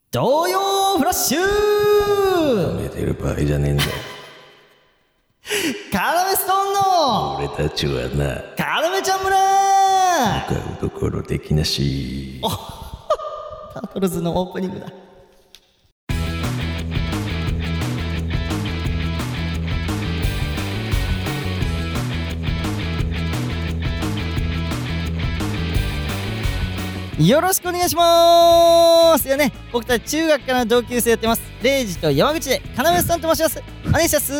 童謡フラッシュ。 寝てる場合じゃねえんだよ。 カラメストーンの俺たちはな、 カラメちゃん村。 向かうところできなし。 タートルズのオープニングだ。よろしくお願いしまーす。いやね、僕たち中学からの同級生やってます。レイジと山口でカナメスさんと申します。お願いします。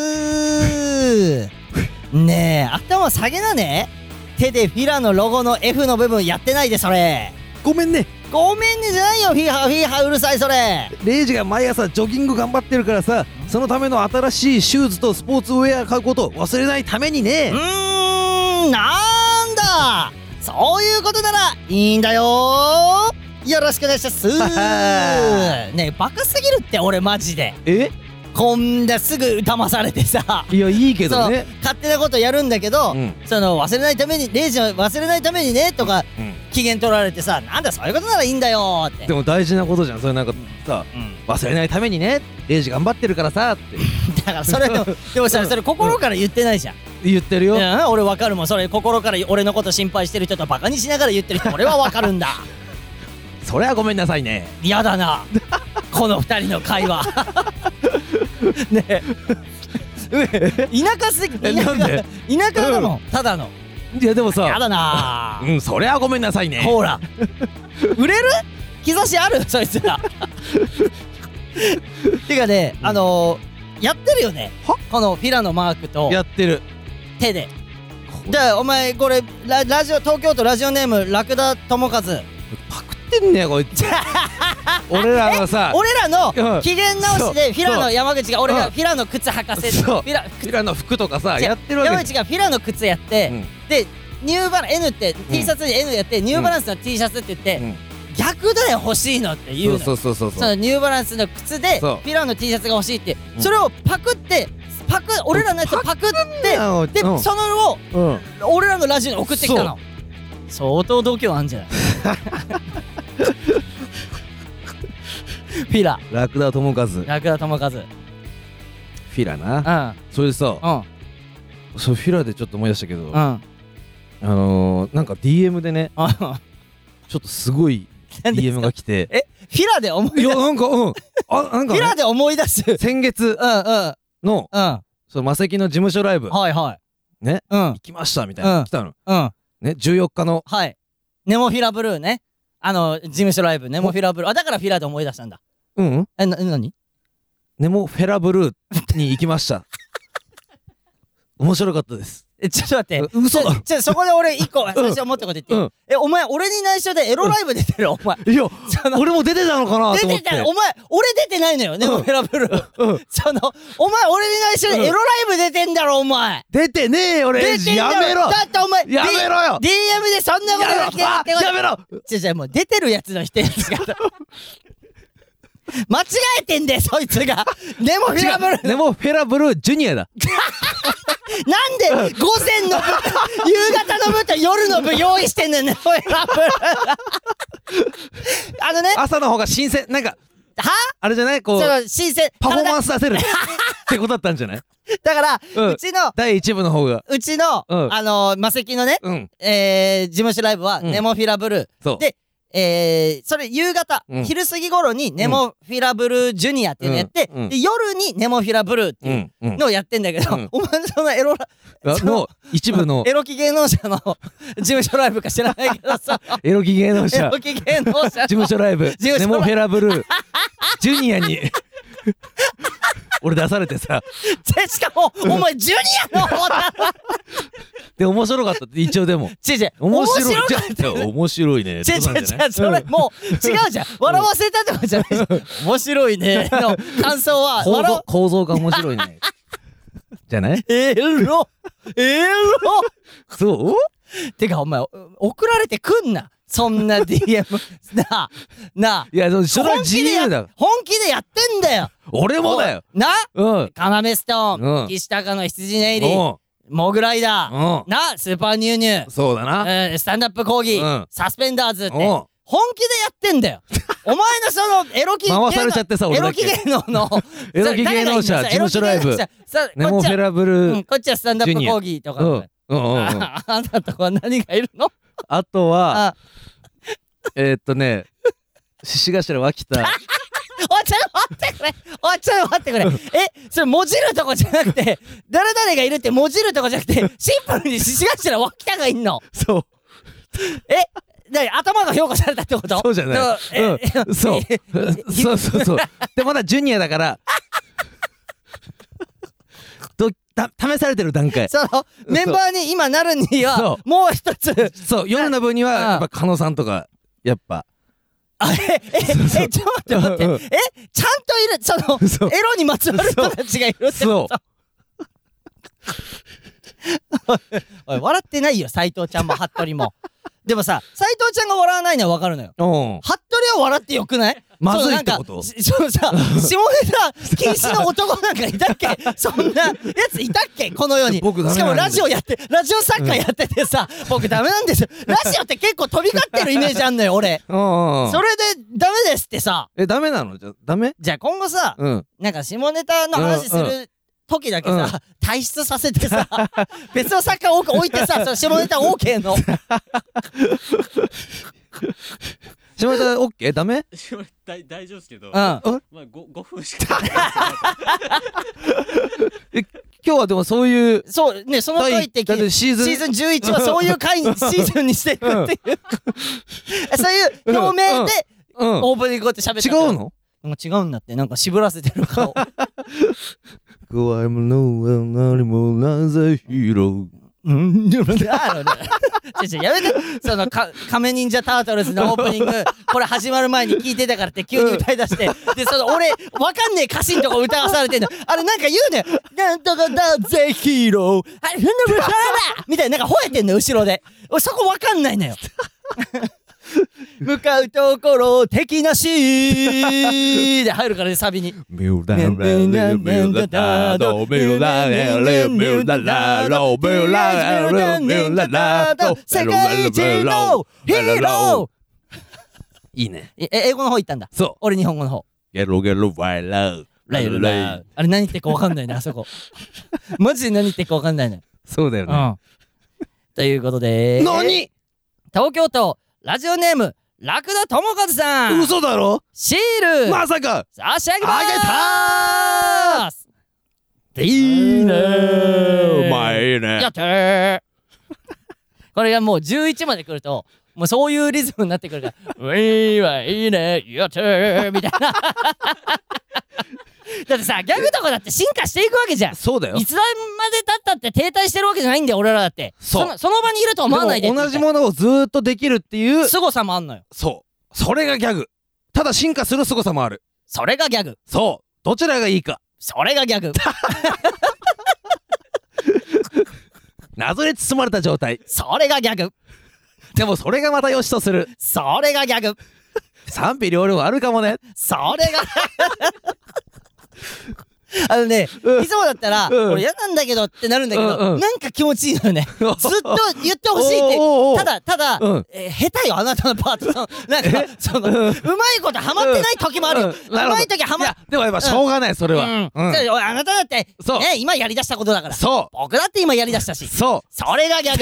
ねえ、頭下げなね。手でフィラのロゴの F の部分やってないで、それ。 ごめんね。 ごめんねじゃないよ。フィーハーフィーハーうるさい、それ。 レイジが毎朝ジョギング頑張ってるからさ、そのための新しいシューズとスポーツウェア買うことを忘れないためにね。 なんだ、そういうことならいいんだよ。よろしくお願いします。ねえ、バカすぎるって、俺マジで。こんなすぐ騙されてさ。 いや、いいけどね。 勝手なことやるんだけど、その忘れないために、レイジは忘れないためにねとか、機嫌取られてさ、なんだそういうことならいいんだよって。 でも大事なことじゃん。それなんかさ、忘れないためにね、レイジ頑張ってるからさってだからそれでもさ、それ心から言ってないじゃん。 言ってるよ。 俺わかるもん。それ心から俺のこと心配してる人とバカにしながら言ってる人、俺はわかるんだ。 それはごめんなさいね。 やだなこの二人の会話。ねえ、田舎すぎ、田舎だもん、ただの。 いやでもさ、 やだなそれはごめんなさいね。 ほら売れる兆しあるそいつら。てかね、やってるよね、このフィラのマークとやってる手で。じゃあお前これラジオ、東京都ラジオネームラクダ友和。 パクってんねよこいつ。俺らのさ、 俺らの機嫌直しでフィラの山口が、俺がフィラの靴履かせて、フィラの服とかさやってるわけ。 山口がフィラの靴やって、でニューバランス N って T シャツに N やって、ニューバランスの T シャツって言って、逆だよ欲しいのって言うの。そのニューバランスの靴でフィラの T シャツが欲しいって、それをパクって、俺らのやつパクって、でそのを俺らのラジオに送ってきたの。相当度胸あんじゃない。フィラ、 ラクダ友和。 ラクダ友和。 フィラな。それでさ、そうフィラでちょっと思い出したけど、なんか DM でね、ちょっとすごい DM が来て。 フィラで思い出す。 いやなんかなんかフィラで思い出す。 先月のそのマセキの事務所ライブね、行きましたみたいな来たのね、14日のネモフィラブルーね、事務所ライブネモフィラブルー。だからフィラで思い出したんだ。何？ ネモフェラブルーに行きました。面白かったです。 ちょっと待って。 嘘だ。 そこで俺一個最初思ったこと言って。お前俺に内緒でエロライブ出てるお前。 いや、俺も出てたのかなと思って。 出てた。お前俺出てないのよ、ネモフェラブルー。お前俺に内緒でエロライブ出てんだろお前。 出てねえよ俺。やめろ。 だってお前やめろよ。 DM でそんなことが来てるってこと。 やめろ。 じゃもう出てるやつの否定ですから。間違えてんだよそいつが。ネモフェラブルー。 ネモフェラブルージュニアだ。 なんで午前の部夕方の部と夜の部用意してんねんね。 朝の方が新鮮、なんかあれじゃない、こう新鮮パフォーマンス出せるってことだったんじゃない。 だからうちの第1部の方が、 うちのマセキのね事務所ライブはネモフィラブルーで、それ夕方昼過ぎ頃にネモフィラブルージュニアっていうのやって、で夜にネモフィラブルーっていうのをやってんだけど、お前そのエロの一部のエロキ芸能者の事務所ライブか知らないけどさ、 エロキ芸能者事務所ライブネモフェラブルージュニアに俺出されてさ、 しかもお前ジュニアの方だ。 で面白かったって一応。でも面白かった。面白いね。 それもう違うじゃん。笑わせたとかじゃないじゃん。面白いねの感想は構造が面白いねじゃない。 エロそうてかお前送られてくんなそんな DM なあ。いやそれは自由だ。 本気でやってんだよ。 俺もだよな。カナメストーン、岸高の羊ネイリ、モグライダーな、スーパーニューニュー、 そうだな、 スタンダップ講義、サスペンダーズって本気でやってんだよお前のそのエロキ回されちゃってさ、俺だけエロキ芸能のエロキ芸能者事務所ライブネモフェラブルこっちはスタンダップ講義とかあなたとは何がいるの？ あとは獅子頭脇田ちょっと待ってくれそれもじるとこじゃなくて誰々がいるってもじるとこじゃなくてシンプルに獅子頭脇田がいんの？ そう頭が評価されたってこと？ そうじゃないそうでまだジュニアだから試されてる段階。 そのメンバーに今なるにはもう一つそう夜の部にはやっぱ狩野さんとかやっぱちょっと待ってちゃんといるそのエロにまつわる人たちがいるってことおい笑ってないよ斉藤ちゃんも服部もでもさ斉藤ちゃんが笑わないのは分かるのよ。服部は笑ってよくない？ まずいってこと？ そうさ下ネタ禁止の男なんかいたっけ？そんなやついたっけこの世に？しかもラジオ作家やっててさ僕ダメなんですよ。ラジオって結構飛び交ってるイメージあんのよ俺。それでダメですってさ。 ダメなの？じゃダメ？ じゃあ今後さなんか下ネタの話する時だけさ退出させてさ別の作家を置いてさ下ネタ OK の下ネタ OK？ ダメ？ 大丈夫ですけどまあ 5分しか今日はでもそういうそうねその回ってシーズン11はそういう回シーズンにしていくっていうそういう表明でオープニングって喋って違うの？ 違うんだってなんか渋らせてる顔怖いものは何もなぜヒーローやめてその仮面忍者タートルズのオープニングこれ始まる前に聞いてたからって急に歌い出してでその俺わかんねえ歌詞んとこ歌わされてんのあれなんか言うのよなんとかだぜヒーローあれふんどくさらだみたいななんか吠えてんの後ろで俺そこわかんないのよ向かうところ敵なしで入るからねサビにミュララミュララドミュララミュララロミュララミュララ世界一のヒーローいいね英語の方行ったんだそう俺日本語の方ゲロゲロワイラーライラあれ何言ってるか分かんないねあそこマジで何言ってるか分かんないねそうだよねということで何東京都ラジオネームラクダ友和さん嘘だろシールまさか差し上げまーすいいねーまあいいねやったーこれがもう11まで来るともうそういうリズムになってくるからウィーはいいねやったーみたいなだってさギャグとかだって進化していくわけじゃん。 そうだよ。 いつまで経ったって停滞してるわけじゃないんだよ俺らだって。その場にいると思わないで。 同じものをずーっとできるっていう凄さもあんのよ。 そうそれがギャグ。ただ進化する凄さもある。 それがギャグ。 そうどちらがいいか。 それがギャグ。 謎に包まれた状態。 それがギャグ。 でもそれがまた良しとする。 それがギャグ。 賛否両論あるかもね。 それがあのね、いつもだったら、俺嫌なんだけどってなるんだけど、なんか気持ちいいのよね。ずっと言ってほしいって。ただ、下手よ、あなたのパート。なんか、うまいことハマってない時もあるよ。うまい時ハマっでもやっぱしょうがない、それは。 あなただって、今やりだしたことだから。そう。僕だって今やりだしたし。そう。それがギャグ。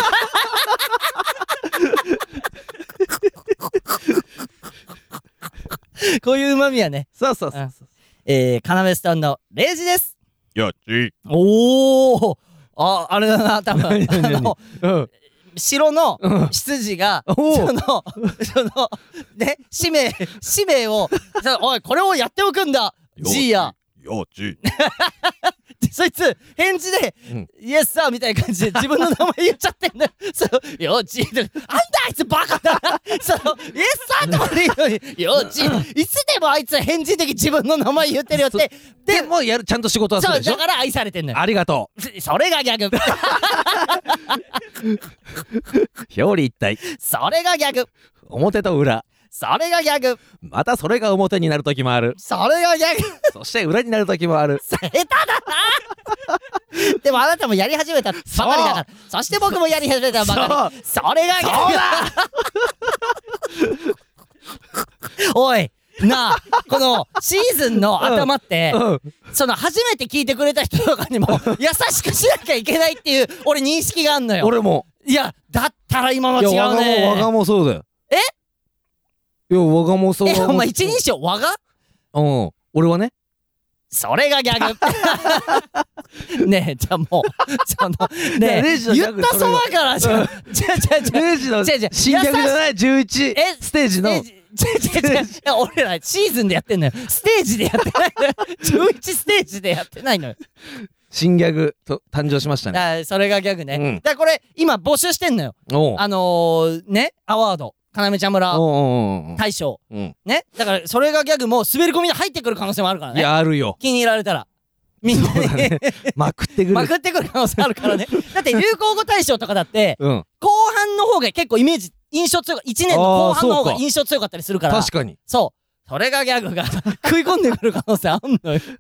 こういう旨味はね。 そうそうそう。 カナメスタンのレイジです。 よっち。 おお。あれだな、多分城の執事がそのね使命をおいこれをやっておくんだジーヤ。 よっち。 そいつ返事でイエスサーみたいな感じで自分の名前言っちゃってんだよ。よっちなんだあいつバカだな。イエスサーとかでいいのによっちいつでもあいつ返事的に自分の名前言ってるよって。 でもちゃんと仕事はするでしょ。 そうだから愛されてんのよ。 ありがとう。それがギャグ。 表裏一体。 それがギャグ。 表と裏。 それがギャグ。 またそれが表になる時もある。 それがギャグ。 そして裏になる時もある。 下手だなでもあなたもやり始めたばかりだから。そして僕もやり始めたばかり。それがギャグだおいなあ、このシーズンの頭って、その初めて聞いてくれた人とかにも優しくしなきゃいけないっていう俺認識があんのよ。 俺も。 いやだったら今の違うね。 わがもそうだよ。いやわがもそう。 お前一人称わが？ 俺はね。 それがギャグねえ、じゃあもうねえ言ったそばからじゃあレイジの新ギャグじゃない？ 11 ステージの俺らシーズンでやってんのよ。ステージでやってないのよ。11ステージでやってないのよ。 新ギャグと誕生しましたね。 それがギャグね。だからこれ今募集してんのよ。ね、アワードかなめちゃん村大賞ね。だからそれがギャグも滑り込みに入ってくる可能性もあるからね。 いやあるよ。 気に入られたらみんなにまくってくる可能性あるからね。だって流行語大賞とかだって後半の方が結構イメージ印象強い。1年の後半の方が印象強かったりするから。 確かに。 そうそれがギャグが食い込んでくる可能性あんのよ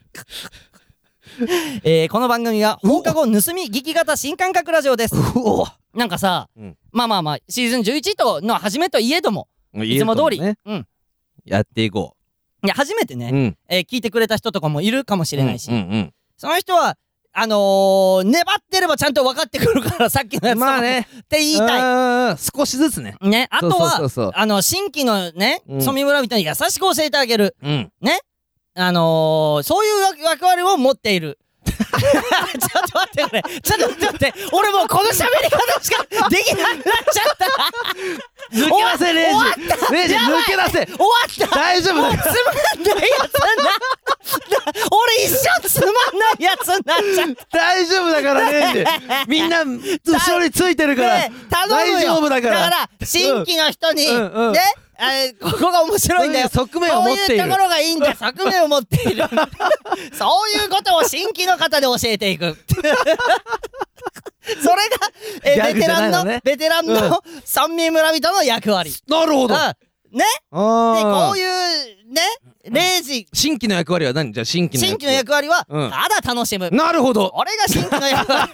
この番組は放課後盗み聞き型新感覚ラジオです。なんかさ、まあシーズン11との初めといえどもいつも通りやっていこう。いや初めてね聞いてくれた人とかもいるかもしれないし、その人は粘ってればちゃんと分かってくるからさっきのやつって言いたい。少しずつね。あとは新規のね村民村人に優しく教えてあげるね。そういう役割を持っているちょっと待ってくれ。ちょっと待って俺もうこの喋り方しかできなくなっちゃった抜け出せレイジ抜け出せ。 終わった大丈夫だから。つまんないやつ俺一生つまんないやつになっちゃった。 大丈夫だからレイジみんな後ろについてるから大丈夫だから。 だから新規の人にねここが面白いんだよ。 側面を持っている。 こういうところがいいんだよ。側面を持っているそういうことを新規の方で教えていくそれがベテランの村民村人の役割。 なるほどね。でこういうね0時新規の役割は何？じゃあ新規の役割はただ楽しむ。 なるほど。 俺が新規の役割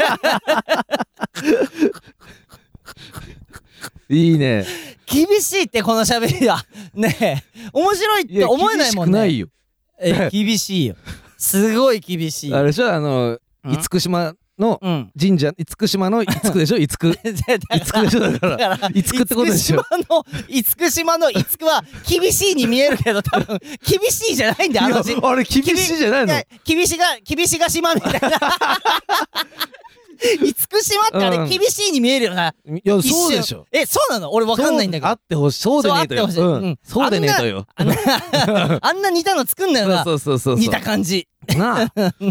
いいね。 厳しいってこの喋りはねえ面白いって思えないもんね。 厳しくないよ。 厳しいよ。すごい厳しい。 あれでしょ厳島の神社厳島の厳でしょ。厳でしょ。だから厳ってことでしょ。 厳島の厳は厳しいに見えるけど多分厳しいじゃないんだよ。 あれ厳しいじゃないの？ 厳しが島みたいな厳島ってあれ厳しいに見えるよな。 いやそうでしょ。 そうなの？俺わかんないんだけど。 あってほしい。そうでねえとよ。そうでねえとよ。 あんな似たの作んなよな。 そう似た感じな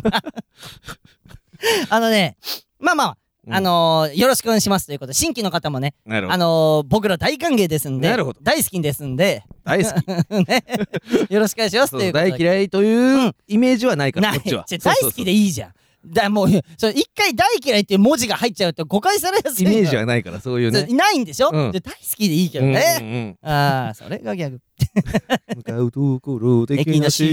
あよろしくお願いしますということで新規の方もね僕ら大歓迎ですんで大好きですんで大好きよろしくお願いしますということで。 大嫌いというイメージはないからこっちは。 大好きでいいじゃん。もう一回大嫌いっていう文字が入っちゃうと誤解されやすい。 イメージはないからそういうね。 ないんでしょ。大好きでいいけどね。それがギャグ。 向かうところできなし。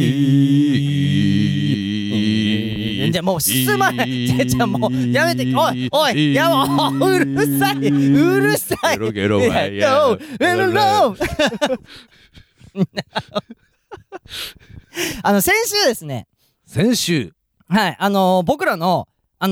じゃもう進まない。じゃもうやめて。おいやもううるさいうるさい。 ゲロゲロワイヤー。 先週ですね。 先週。 はい僕らの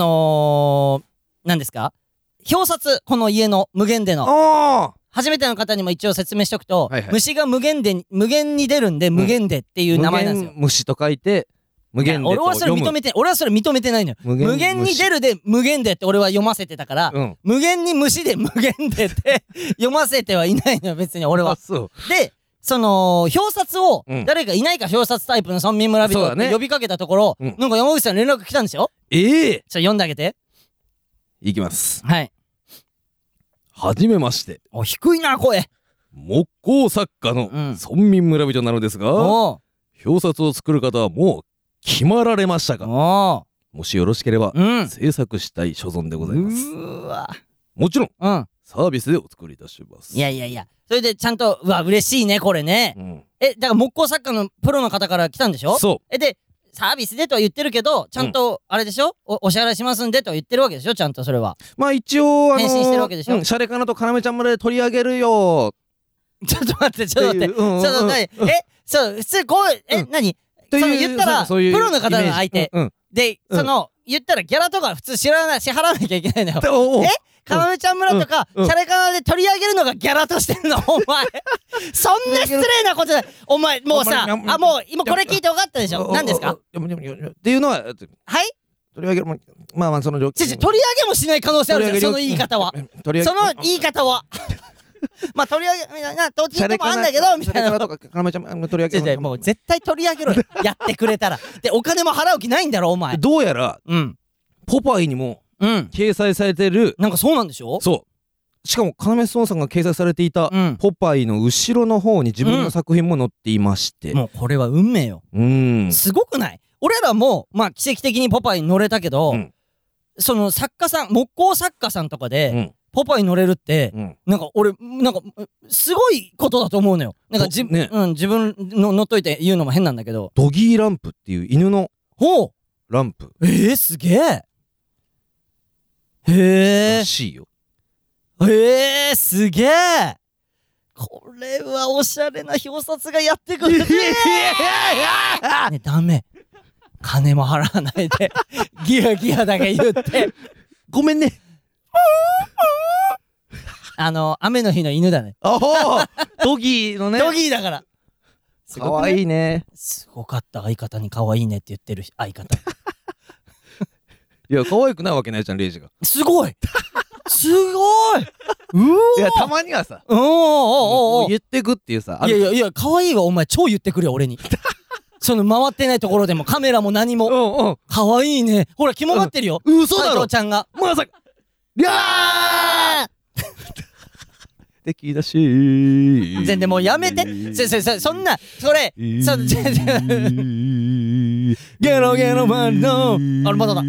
何ですか表札この家の無限での初めての方にも一応説明しておくと、虫が無限に出るんで無限でっていう名前なんですよ。 虫と書いて無限でと読む。 俺はそれ認めてないのよ。無限に出るで無限でって俺は読ませてたから、無限に虫で無限でって読ませてはいないのよ別に俺は。でその表札を誰かいないか表札タイプの村民村人って呼びかけたところなんか山口さん連絡来たんですよ。ちょっと読んであげて。 いきます。 はい。 はじめまして。 低いな声。 木工作家の村民村人なのですが表札を作る方はもう決まられましたか？もしよろしければ制作したい所存でございます。もちろんサービスでお作りいたします。 いやいやいや、それでちゃんと、うわ、嬉しいね、これね。だから木工作家のプロの方から来たんでしょ？ そう。 で、サービスでとは言ってるけど、ちゃんと、あれでしょ？お支払いしますんでとは言ってるわけでしょ？ちゃんとそれは。 まあ一応、 返信してるわけでしょ？ シャレカナとカナメちゃん村で取り上げるよ。 ちょっと待って、ちょっと待って。そう、普通こう、何？言ったら、プロの方の相手。で、言ったらギャラとか普通支払わなきゃいけないのよ。かなめちゃん村とか、シャレカナで取り上げるのがギャラとしてるの、お前。そんな失礼なことだ。お前、もうさ、もう、今これ聞いて分かったでしょ？何ですか？ っていうのは、はい？取り上げる、まあその状況。 取り上げもしない可能性あるじゃん、その言い方は。その言い方は。まあ取り上げ、どっちでもあんだけど、みたいな。もう絶対取り上げろよ。やってくれたら。で、お金も払う気ないんだろ、お前。 どうやら、ポパイにも、掲載されてる。 なんかそうなんでしょ？ そう。しかも、要ストーンさんが掲載されていた、ポパイの後ろの方に自分の作品も載っていまして。 もうこれは運命よ。すごくない？俺らも、まあ奇跡的にポパイに乗れたけど、その作家さん、木工作家さんとかで、ポパイ乗れるって、なんか俺、なんか、すごいことだと思うのよ。なんか自分の乗っといて言うのも変なんだけど。 ドギーランプっていう犬のランプ。 すげえ。へえ。 らしいよ。 すげえ。これはおしゃれな表札がやってくるね。ね、ダメ。金も払わないで、ギヤギヤだけ言って。 ごめんね。 雨の日の犬だね。 ドギーのね。 ドギーだから。 かわいいね。 すごかった。相方にかわいいねって言ってる相方。 いや、可愛くないわけないじゃん、レイジが。 すごいすごい。いや、たまにはさ、言ってくっていうさ。 いや、可愛いわ、お前超言ってくれよ、俺に。その回ってないところでもカメラも何も。可愛いね。ほら、肝がってるよ。 嘘だろ。 ちゃんが。 まさか。いやーできだし全然もうやめて。そんな、それ、ゲロゲロマンの、まだだ。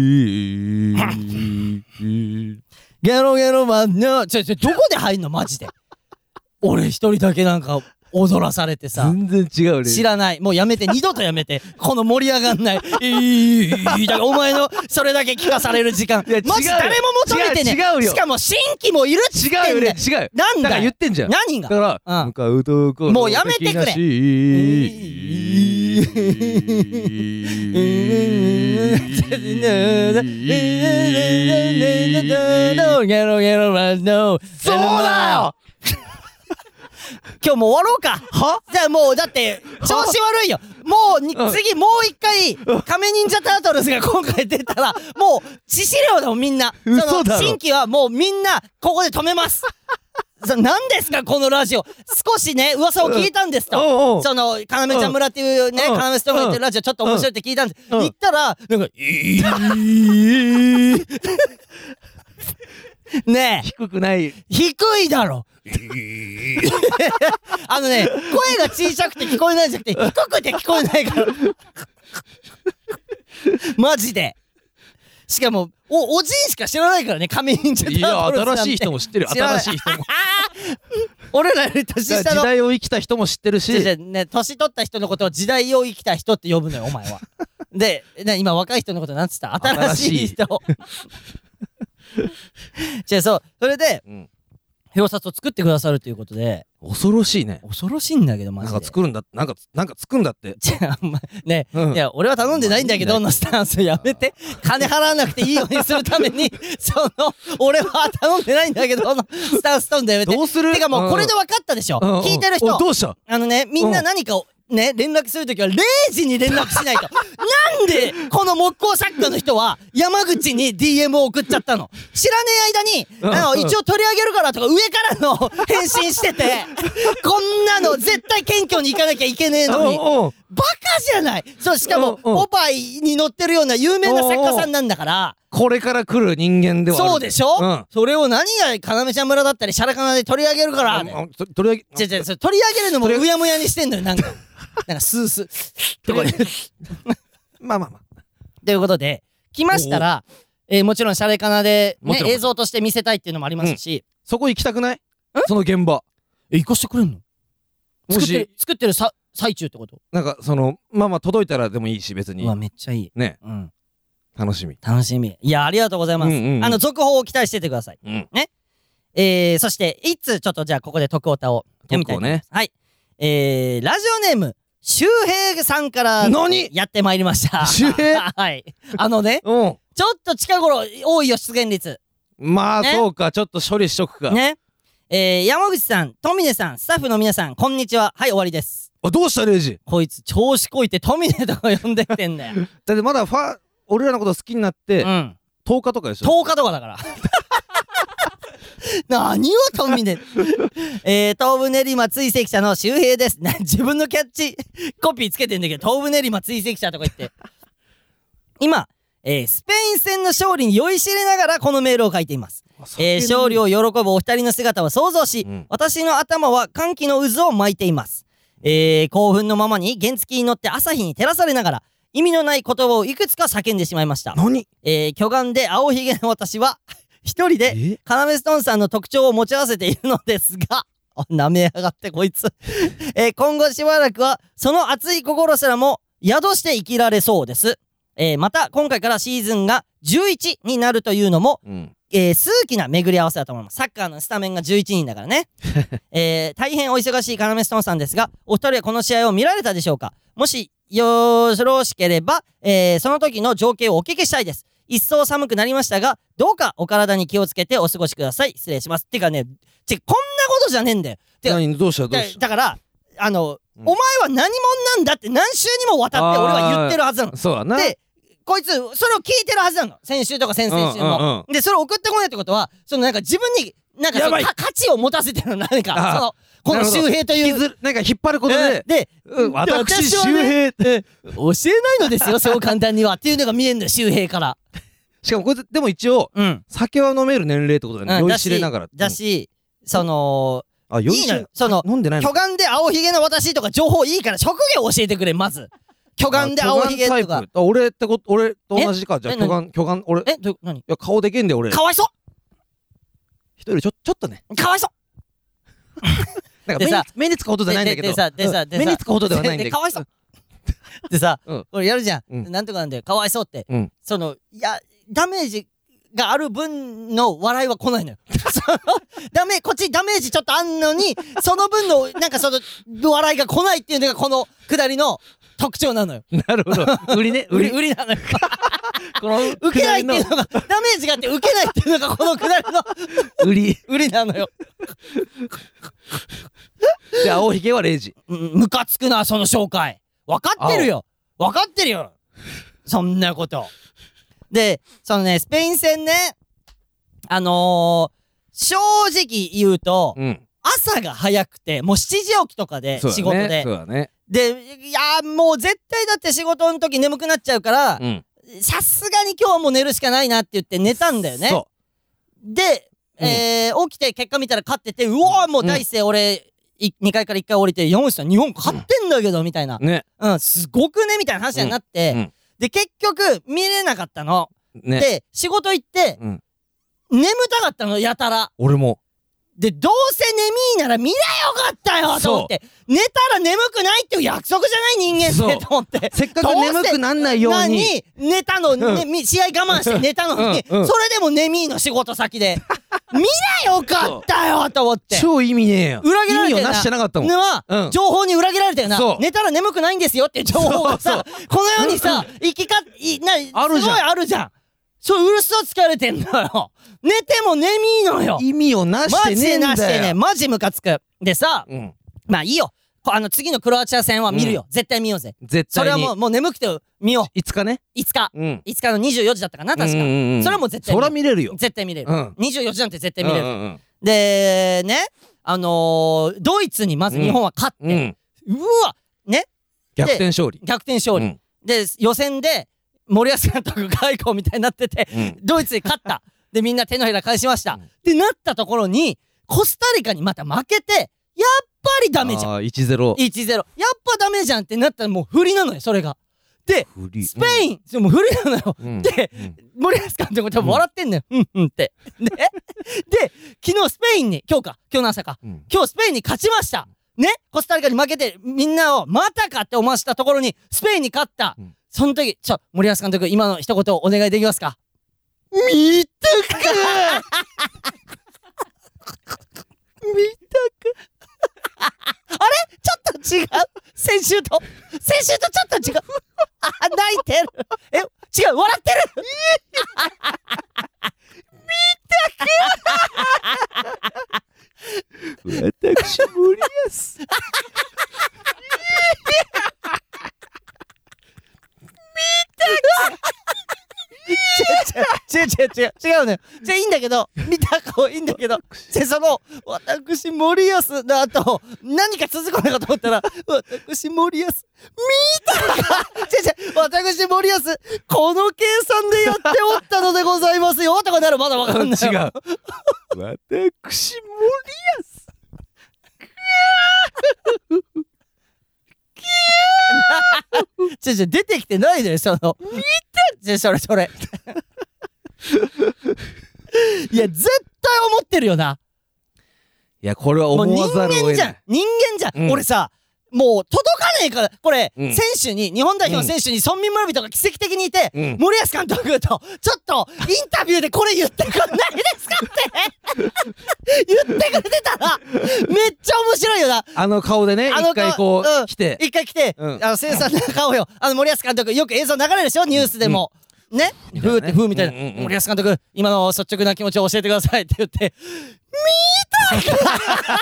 ゲロゲロマンの、どこで入んのマジで。俺一人だけなんか、踊らされてさ。 全然違うね。 知らない。もうやめて、二度とやめて。この盛り上がんない。だからお前のそれだけ聞かされる時間。マジ誰も求めてね。違うよ。しかも新規もいるっつってんだよ。 違う。 なんだよ。 言ってんじゃん。 何が。 だから、向かうところ。 もうやめてくれ。そうだよ。今日もう終わろうか。じゃあもうだって調子悪いよ。もう次もう一回亀忍者タートルズが今回出たらもう致死量だもんみんな。 嘘だろ。 新規はもうみんなここで止めます。何ですかこのラジオ。少しね噂を聞いたんですと。そのかなめちゃん村っていうねかなめストーンが言ってるラジオちょっと面白いって聞いたんです。言ったらなんかねえ低くない。 低いだろ。声が小さくて聞こえないんじゃなくて低くて聞こえないからマジで。しかもおじいしか知らないからね亀忍者タートルズなんて。 いや新しい人も知ってる。新しい人も俺らより年下の時代を生きた人も知ってるし、 ね、年取った人のことを時代を生きた人って呼ぶのよお前は。で今若い人のことなんつった？新しい人。じゃあそれで、表札を作ってくださるということで。 恐ろしいね。 恐ろしいんだけどマジで。 なんか作るんだ。なんかつくんだって。 じゃあね、いや俺は頼んでないんだけどのスタンスやめて。金払わなくていいようにするために俺は頼んでないんだけどのスタンスとんだやめて。 どうする？ てかもうこれで分かったでしょ。聞いてる人。 どうした？ みんな何かをね、連絡するときは0時に連絡しないと。なんでこの木工作家の人は山口に DM を送っちゃったの？知らねえ間に一応取り上げるからとか上からの返信しててこんなの絶対謙虚に行かなきゃいけねえのにバカじゃない。しかもポパイに載ってるような有名な作家さんなんだからこれから来る人間ではある。 そうでしょ、それを何がかなめちゃん村だったりシャラカナで取り上げるから取り上げるのもうやむやにしてんのよなんかスースとかまあということで来ましたらもちろんシャレカナで、ね、映像として見せたいっていうのもありますしそこ行きたくない？その現場行かしてくれんの？ もし作ってる最中ってこと？ なんかまあ届いたらでもいいし別に。 うわめっちゃいいね。楽しみ。 いやありがとうございます。続報を期待しててください。ね。そしていつちょっとじゃあここで徳オタを読みたいと思います。はい。ラジオネーム周平さんからやってまいりました。 周平はい。ちょっと近頃多いよ出現率。 まあそうか、ちょっと処理しとくかね。山口さん、富根さん、スタッフの皆さんこんにちは。はい、終わりです。 どうしたレイジ？ こいつ調子こいて富根とか呼んできてんだよ。 だってまだ俺らのこと好きになって10日とかでしょ。 10日とかだから何を富根東武練馬追跡者の周平です。自分のキャッチコピーつけてんだけど、東武練馬追跡者とか言って今、スペイン戦の勝利に酔いしれながらこのメールを書いています。勝利を喜ぶお二人の姿を想像し、私の頭は歓喜の渦を巻いています。興奮のままに原付に乗って朝日に照らされながら意味のない言葉をいくつか叫んでしまいました。巨漢で青ひげの私は一人でカナメストーンさんの特徴を持ち合わせているのですが、舐めやがってこいつ今後しばらくはその熱い心すらも宿して生きられそうです。また今回からシーズンが11になるというのも、数奇な巡り合わせだと思います。サッカーのスタメンが11人だからね。大変お忙しいカナメストーンさんですが、お二人はこの試合を見られたでしょうか？もしよろしければ、その時の情景をお聞きしたいです。一層寒くなりましたが、どうかお体に気をつけてお過ごしください。失礼します。ってかね、こんなことじゃねえんだよ。 どうしただからお前は何者なんだって何週にもわたって俺は言ってるはずなの。 そうだな。 でこいつそれを聞いてるはずなの。先週とか先々週も。でそれを送ってこないってことは、なんか自分になんか価値を持たせてるの。何かこの周平というなんか引っ張ることで、私周平って教えないのですよ、そう簡単にはっていうのが見えるんだよ、周平から。 しかもこいつでも一応酒は飲める年齢ってことだね。酔いしれながらだし、いいのよ。 飲んでないの。 巨漢で青ひげの私とか情報いいから職業教えてくれ。まず巨漢で青ひげとか。 俺と同じか。じゃあ巨漢俺。 何？ いや顔でけんで俺。 かわいそう。 人よりちょっとね。 かわいそう。 なんか目につくほどじゃないんだけど。目につくほどではないんだけど。 かわいそう。でさ、これやるじゃん。なんとかなんだよ。かわいそうって。いやダメージがある分の笑いは来ないのよ。こっちダメージちょっとあんのに、その分のなんか笑いが来ないっていうのがこのくだりの特徴なのよ。 なるほど。売りね。売りなのよ。この受けないっていうのがダメージがあって受けないっていうのがこのくだりの売りなのよ。 で青ひげは0時。 ムカつくなその紹介。分かってるよ。そんなこと。でスペイン戦ね、正直言うと、朝が早くてもう7時起きとかで仕事で、でいやもう絶対だって仕事の時眠くなっちゃうから、さすがに今日も寝るしかないなって言って寝たんだよね。で、起きて結果見たら勝ってて、うわもう大勢俺2階から1階降りて山口さん日本勝ってんだけどみたいな、すごくねみたいな話になって、で結局見れなかったの、で仕事行って、眠たかったのやたら。 俺もでどうせ眠いなら見りゃよかったよと思って、寝たら眠くないっていう約束じゃない人間ってと思って、 せっかく眠くなんないように寝たの、試合我慢して寝たのに、それでも眠いの仕事先で見りゃよかったよと思って。 超意味ねえよ。 裏切られてるな。 意味をなしてなかったもん。 情報に裏切られてるな。寝たら眠くないんですよっていう情報がさ、この世にさすごいあるじゃん。そう嘘つかれてんのよ。寝ても眠いのよ。 意味をなしてねえんだよ。マジでなしてね。 マジムカつく。でさ、まあいいよ。次のクロアチア戦は見るよ。絶対見ようぜ。 絶対に。 それはもう眠くて見よう。 5日ね。 5日の24時だったかな確か。それはもう絶対見る。 そら見れるよ。 絶対見れる。24時なんて絶対見れる。でね、ドイツにまず日本は勝って、うわね。 逆転勝利。 で予選で森保監督外交みたいになってて、ドイツに勝った。でみんな手のひら返しました。ってなったところにコスタリカにまた負けて、やっぱりダメじゃん。 1-0。 やっぱダメじゃんってなったらもう不利なのよそれが。っでスペインもう不利なのよ、で森保監督多分笑ってんのよ、ってで昨日スペインに今日の朝か、今日スペインに勝ちましたね。コスタリカに負けてみんなをまたかって思わせたところにスペインに勝った、その時森保監督今の一言お願いできますか。見たくあれちょっと違う、先週とちょっと違う泣いてる、違う、笑ってる見たく私森保違うのよ。じゃあいいんだけど、見た顔いいんだけど、その私森保の後何か続くのかと思ったら、私森保見たか私森保この計算でやっておったのでございますよとかならまだわかんない。 違う。私森保出てきてないのよ、その見たそれいや絶対思ってるよな。 いやこれは思わざるを得ない。 人間じゃん、俺さもう届かねえからこれ、選手に日本代表の選手に村民村人が奇跡的にいて、森保監督とちょっとインタビューでこれ言ってくんないですかって言ってくれてたらめっちゃ面白いよな。 あの顔でね一回こう来て清算な顔よ。森保監督よく映像流れるでしょ、ニュースでも。ね、ふーみたいな、森保監督今の率直な気持ちを教えてくださいって言って見たか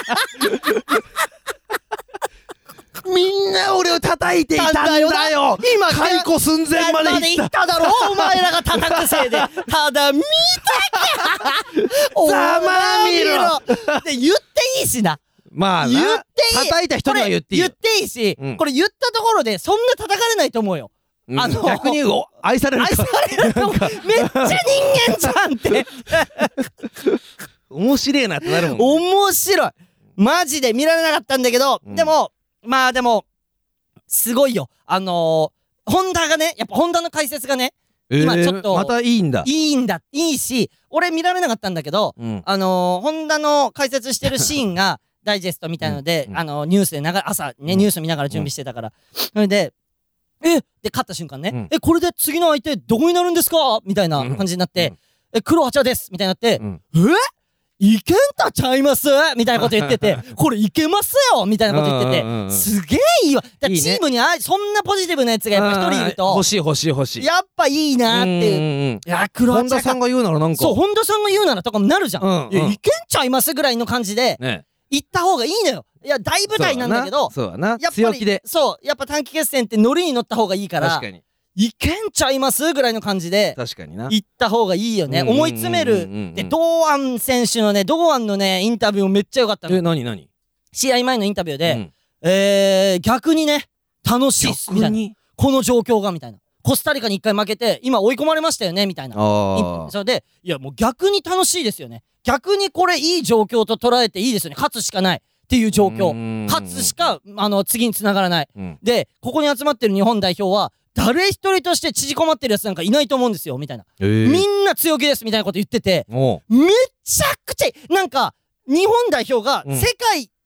みんな俺を叩いていたんだよ。今解雇寸前まで行っただろお前らが叩くせいで。ただ見たかざまみろって言っていいしな。 まあな、 言っていい、 叩いた人には言っていいよ。 言っていいし、これ言ったところでそんな叩かれないと思うよ。 逆に愛されるか。 めっちゃ人間じゃんって面白いなってなるもんね。 面白いマジで見られなかったんだけど、でもすごいよ。ホンダがね、やっぱホンダの解説がね、今ちょっとまたいいんだ。 いいし、俺見られなかったんだけど、ホンダの解説してるシーンがダイジェストみたいので、ニュースで朝ねニュース見ながら準備してたから、それでで勝った瞬間ね、これで次の相手どこになるんですかみたいな感じになって、クロアチアですみたいになって、いけんたちゃいますみたいなこと言っててこれいけますよみたいなこと言ってて、すげえいいわ。だチームにそんなポジティブなやつがやっぱ一人いると欲しいやっぱいいなっていう。いやクロアチア本田さんが言うならなんかそう本田さんが言うならとかもなるじゃん。いやいけんちゃいますぐらいの感じで行った方がいいのよ。いや大舞台なんだけど、 そうだな、強気で、 そうやっぱ短期決戦ってノリに乗った方がいいから、確かにいけんちゃいますぐらいの感じで確かにな行った方がいいよね。思い詰める。で堂安選手のね、堂安のねインタビューもめっちゃ良かったの。 何試合前のインタビューで、逆にね楽しいっすみたいな、この状況がみたいな、コスタリカに1回負けて今追い込まれましたよねみたいな。それでいやもう逆に楽しいですよね、逆にこれいい状況と捉えていいですよね、勝つしかないっていう状況、勝つしか次に繋がらない、でここに集まってる日本代表は誰一人として縮こまってるやつなんかいないと思うんですよみたいな、みんな強気ですみたいなこと言ってて、めちゃくちゃなんか日本代表が世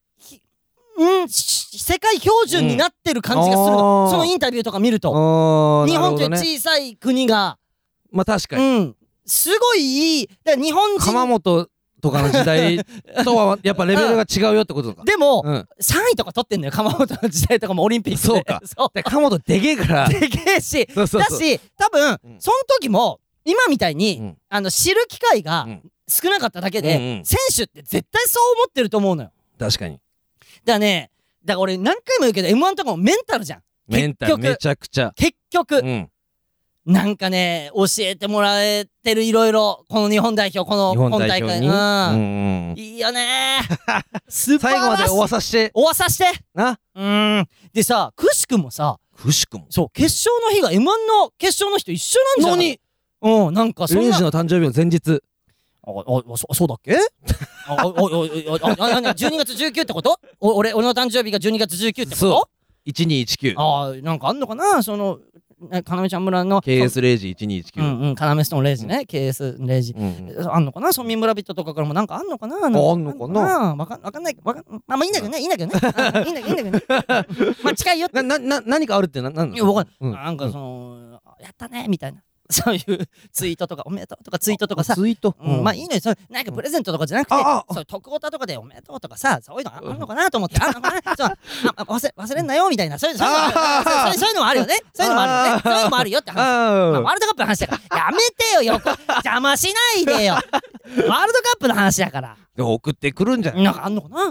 界標準になってる感じがするの、そのインタビューとか見ると。日本という小さい国がまあ確かにすごいいい。だから日本人鎌本とかの時代とはやっぱレベルが違うよってことか。 でも3位とか取ってんのよ、鎌本の時代とかもオリンピックで。 そうか、鎌本でけえからでけえし、だし多分その時も今みたいに知る機会が少なかっただけで、選手って絶対そう思ってると思うのよ。 確かに。 だから俺何回も言うけど M1 とかもメンタルじゃん。 メンタルめちゃくちゃ。 結局なんかね教えてもらえてる、いろいろこの日本代表、この今大会いいよね最後まで終わさしてな。でさ、くしくもそう決勝の日が M1 の決勝の日と一緒なんじゃん。なんかそんなレイジの誕生日の前日。 そうだっけ12月19ってこと？俺の誕生日が12月19ってこと？ 1219。 なんかあんのかな、その要ちゃん村の KS レイジ1219、 要ストーンレイジね、KS レイジあんのかな、村民村人とかからもなんかあんのかな、 あんのかな、 わかんない、まあいいんだけどね、いいんだけどね、まあ近いよって。 何かあるってなんいやわかんない、なんかそのやったねみたいな。そういうツイートとかおめでとうとかツイートとかさ、 ツイート、 まあいいのよ、なんかプレゼントとかじゃなくて、そう特オタとかでおめでとうとかさ、そういうのあるのかなと思って、あんのかな、忘れんなよみたいな、そういうのもあるよね、そういうのもあるよって話。ワールドカップの話だから、やめてよ、邪魔しないでよ。ワールドカップの話だから。 送ってくるんじゃない？ なんかあんのかな。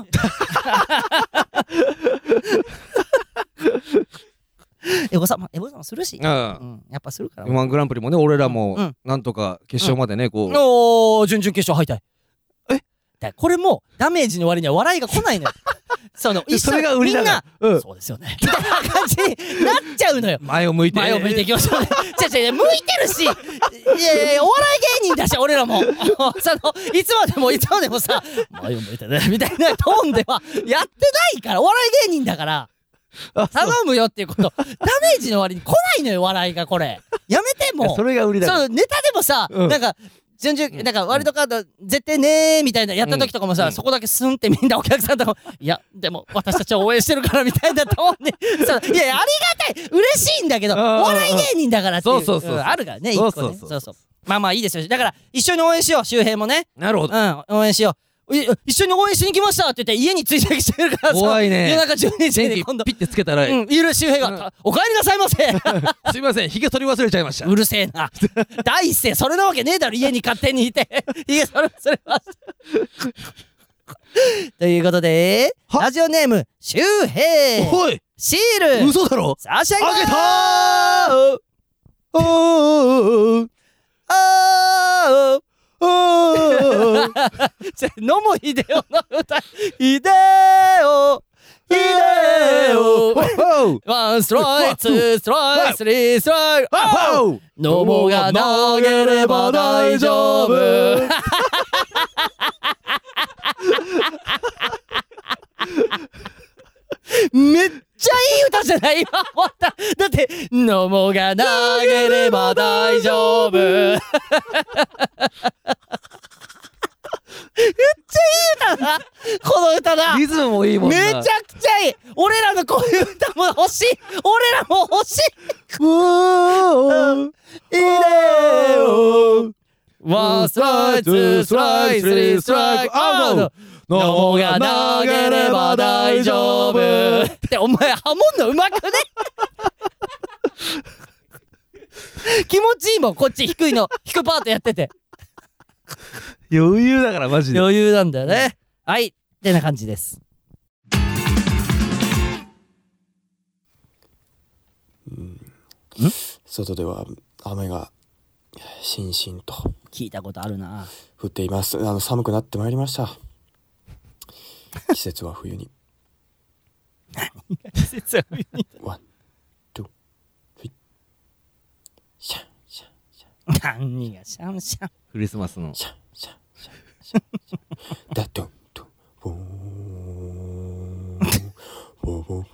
エゴさんするし、やっぱするから。 M1グランプリもね、俺らもなんとか決勝までね、こう。 おー、準々決勝敗退。これもダメージの割には笑いが来ないのよ。それが売りだから。そうですよね。みたいな感じになっちゃうのよ。 前を向いていきましょうね。違う向いてるし、いやお笑い芸人だし俺らも。いつまでもさ、前を向いてねみたいなトーンではやってないから、お笑い芸人だから。頼むよっていうこと。ダメージの割に来ないのよ、笑いが。これやめて。もそれが売りだから。 ネタでもさ、なんかなんかワールドカード絶対ねーみたいなやった時とかもさ、そこだけスンってみんなお客さんとかもいやでも私たちは応援してるからみたいなトーンで、いやありがたい、嬉しいんだけど、お笑い芸人だからっていう、あるからね、一個ね。そうまあいいですよ。だから一緒に応援しよう、周平もね。 なるほど。 応援しよう。一緒に応援しに来ましたって言って家に追跡してるからさ、 怖いね。 夜中12時に今度ピッてつけたら、 いる周平がお帰りなさいませ。 すいません、ヒゲ取り忘れちゃいました。 うるせえな。第一声それなわけねえだろ、家に勝手にいて。ヒゲそれ忘れました。ということでラジオネーム周平、シール嘘だろ、 差し上げまーす。野茂英雄の歌、英雄ワンストライク、ツーストライク、スリーストライク、野茂が投げれば大丈夫。めっちゃいい歌じゃない今思った。だって野茂が投げれば大丈夫。めっちゃいい歌だ、この歌だ。 リズムもいいもんな。 めちゃくちゃいい。俺らのこういう歌も欲しい。俺らも欲しい。いいねよ。ワンストライク、ツーストライク、スリーストライク、アウト。野茂が投げれば大丈夫。ってお前ハモんのうまくね。気持ちいいもん、こっち低いパートやってて。 余裕だからマジで。 余裕なんだよね。はい、ってな感じです。 外では雨がしんしんと聞いたことあるな。 降っています。寒くなってまいりました。季節は冬に。 何が季節は冬に。 ワン、ツー、スリー、シャンシャンシャン。 何がシャンシャン。 クリスマスの。 シャンシャンシャンシャンシャン。ダドンドンフォーフォーフォーフォー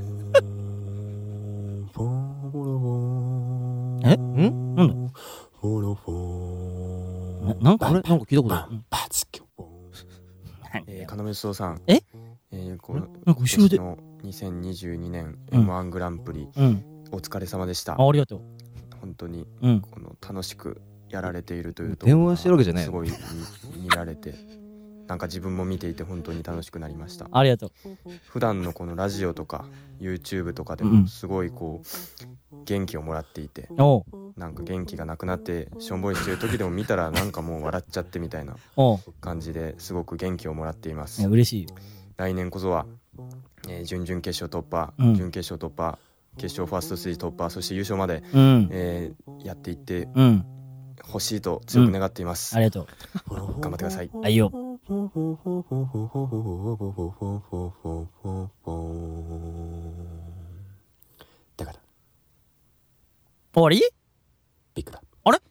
フォーフォロフォー。 なんだ。 フォロフォー。 なんか聞いたことある。 パツキョ。要須さん、 なんか後ろでの2022年 M1 グランプリ、お疲れ様でした。 ありがとう。 本当にこの楽しくやられているというと電話してるわけじゃない。 すごい見られて、なんか自分も見ていて本当に楽しくなりました。 ありがとう。 普段のこのラジオとか YouTube とかでもすごいこう元気をもらっていて、なんか元気がなくなってしょんぼりしてる時でも見たらなんかもう笑っちゃってみたいな感じですごく元気をもらっています。 いや嬉しいよ。 来年こそは、準々決勝突破、準決勝突破、決勝ファーストステージ突破、そして優勝まで、やっていって欲しいと強く願っています。 ありがとう。 頑張ってください。 はいよ。 だから終わり？ ビッグだ。 あれ？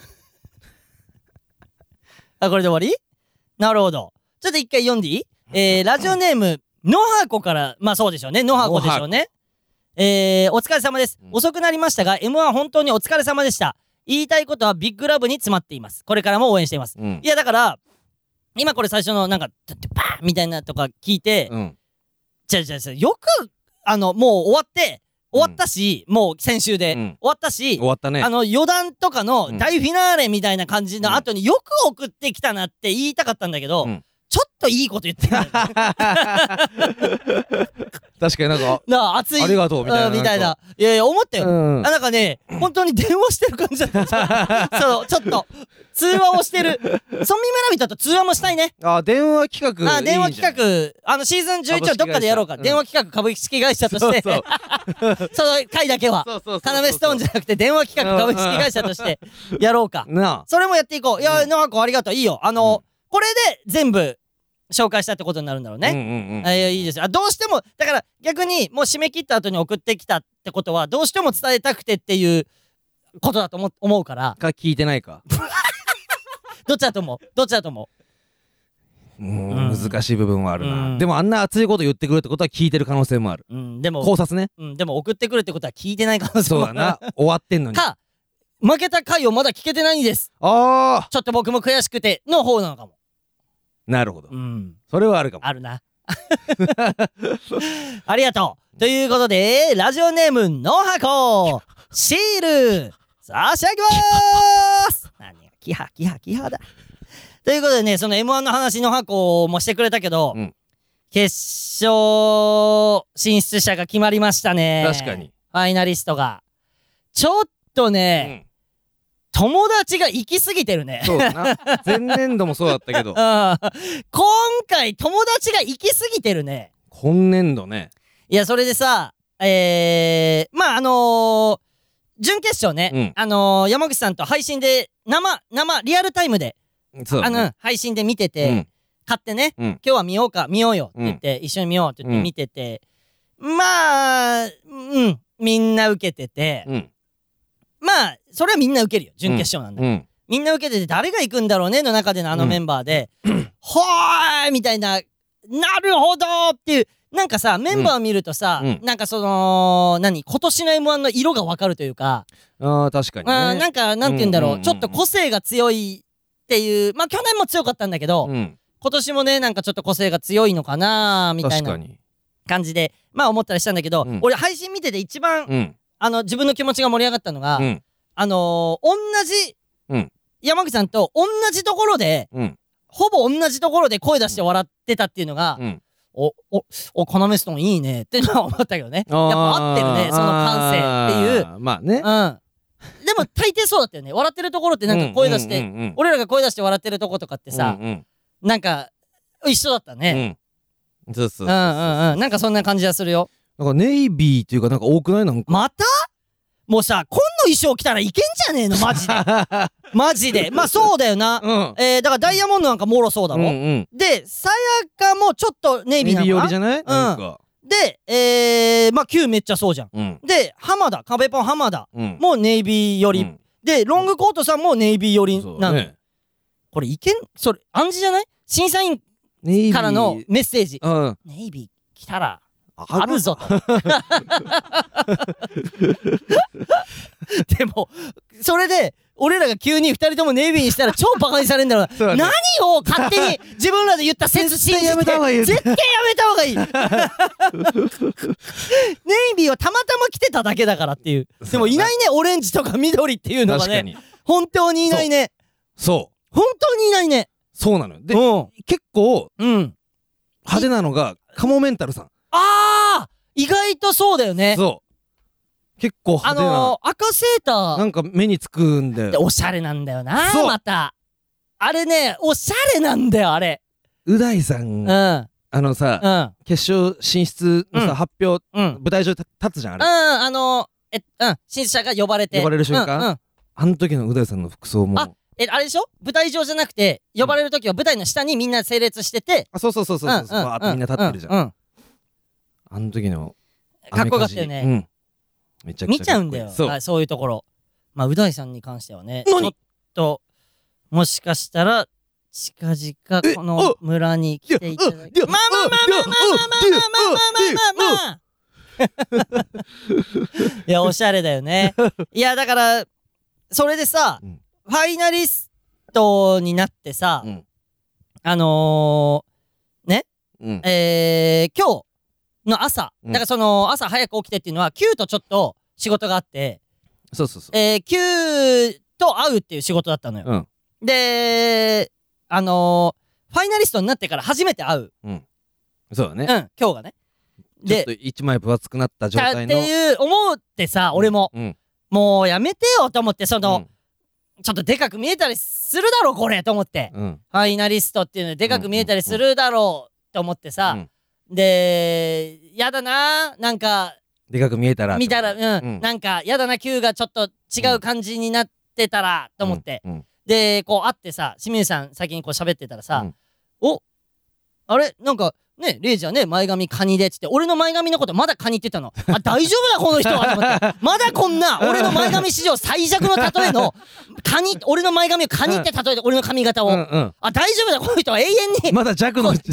あ、これで終わり？なるほど。ちょっと一回読んでいい？ラジオネーム野箱から、まあそうでしょうね、野箱でしょうね。 お疲れ様です。遅くなりましたが M1 本当にお疲れ様でした。言いたいことはビッグラブに詰まっています。これからも応援しています。いやだから今これ最初のなんかパーみたいなとか聞いて、よくもう終わったし、もう先週で、終わったし、 終わったね。 余談とかの大フィナーレみたいな感じの後によく送ってきたなって言いたかったんだけど、ちょっといいこと言ってない確かになんか熱いありがとうみたいな。 いや思ったよ。なんかね本当に電話してる感じだった。そうちょっと通話をしてる。ソンミメラビと通話もしたいね。 電話企画。 電話企画シーズン11をどっかでやろうか。電話企画株式会社としてその回だけはカナメストーンじゃなくて電話企画株式会社としてやろうか。それもやっていこう。いやなんかありがとう。いいよ。これで全部紹介したってことになるんだろうね。いいですよ。どうしてもだから逆にもう締め切った後に送ってきたってことはどうしても伝えたくてっていうことだと思うから聞いてないかどっちだと思う難しい部分はあるな。でもあんな熱いこと言ってくるってことは聞いてる可能性もある。でも考察ね。 でも送ってくるってことは聞いてない可能性もある。 そうだな。終わってんのに負けた回をまだ聞けてないんです。ちょっと僕も悔しくての方なのかも。 なるほど。それはあるかも。 あるな。ありがとう。ということでラジオネームの箱シール差し上げまーす。何がキハだ。ということでねその M1 の話の箱もしてくれたけど、決勝進出者が決まりましたね。 確かにファイナリストがちょっとね、友達が行き過ぎてるね。 そうだな。前年度もそうだったけど今回友達が行き過ぎてるね。 今年度ね。 いやそれでさまあ準決勝ね、山口さんと配信で生リアルタイムで配信で見てて、買ってね、今日は見ようよって言って、一緒に見ようって言って見てて、まあみんな受けてて、まあそれはみんな受けるよ。準決勝なんだ、みんな受けてて誰が行くんだろうねの中でのメンバーで、ほーいみたいな、なるほどっていうなんかさメンバーを見るとさ、なんかその今年の M1 の色が分かるというか、 確かにね。 なんかなんて言うんだろう、ちょっと個性が強いっていう、まあ去年も強かったんだけど、今年もねなんかちょっと個性が強いのかなみたいな感じでまあ思ったりしたんだけど、俺配信見てて一番、自分の気持ちが盛り上がったのが、同じ、山口さんと同じところで、ほぼ同じところで声出して笑ってたっていうのが、カナメストーンいいねってのは思ったけどね。やっぱ合ってるねその感性っていう。 まあね。 でも大抵そうだったよね。笑ってるところってなんか声出して俺らが声出して笑ってるとことかってさ、なんか一緒だったね。 そうなんかそんな感じがするよ。 なんかネイビーっていうかなんか多くない？なんかまたもうさ、紺の衣装着たらいけんじゃねえのマジでマジで。まあそうだよな、だからダイヤモンドなんかもろそうだろ、でさやかもちょっとネイビーなのかな、ネイビー寄りじゃない？なんかでまあ Q めっちゃそうじゃん、で浜田壁ポン浜田もネイビー寄り、でロングコートさんもネイビー寄りなの、これいけん、それ暗示じゃない？審査員からのメッセージ、ネイビー着たらあるぞとでもそれで俺らが急に2人ともネイビーにしたら超バカにされるんだろうな。何を勝手に自分らで言った説信じて絶対やめた方がいいネイビーはたまたま着てただけだからっていう。でもいないね、オレンジとか緑っていうのがね。本当にいないね。そう本当にいないね。そうなのよ。で結構派手なのがカモメンタルさん。意外とそうだよね。そう結構派手な赤セーターなんか目につくんだよ。おしゃれなんだよな。またあれねおしゃれなんだよあれ。う大さんさ決勝進出のさ発表舞台上立つじゃんあれ。審査者が呼ばれる瞬間、あの時のう大さんの服装もあれでしょ、舞台上じゃなくて呼ばれる時は舞台の下にみんな整列してて、そうバーってみんな立ってるじゃん。あの時のかっこよかったよね。めちゃくちゃ見ちゃうんだよそういうところ。まあう大さんに関してはねちょっともしかしたら近々この村に来ていただきまあいやおしゃれだよね。いやだからそれでさ、ファイナリストになってさ、ね、今日の朝、だからその朝早く起きてっていうのは Q とちょっと仕事があって、 そうそうそう、 Q と会うっていう仕事だったのよ。でファイナリストになってから初めて会う。 そうだね。 今日がね。 でちょっと一枚分厚くなった状態のっていう思ってさ、俺も、もうやめてよと思って、その、ちょっとでかく見えたりするだろこれと思って、ファイナリストっていうのでかく見えたりするだろうと思ってさ、でやだな、なんかでかく見えたら見たらなんかやだな、 Q がちょっと違う感じになってたらと思って、でこう会ってさ、清水さん先にこう喋ってたらさ、おあれなんかね、レイジはね前髪カニでっつって、俺の前髪のことまだカニって言ったの。あ、大丈夫だこの人はと思ってまだこんな俺の前髪史上最弱の例えのカニ、俺の前髪をカニって例えて俺の髪型を、あ、大丈夫だこの人は永遠にまだ弱のこっ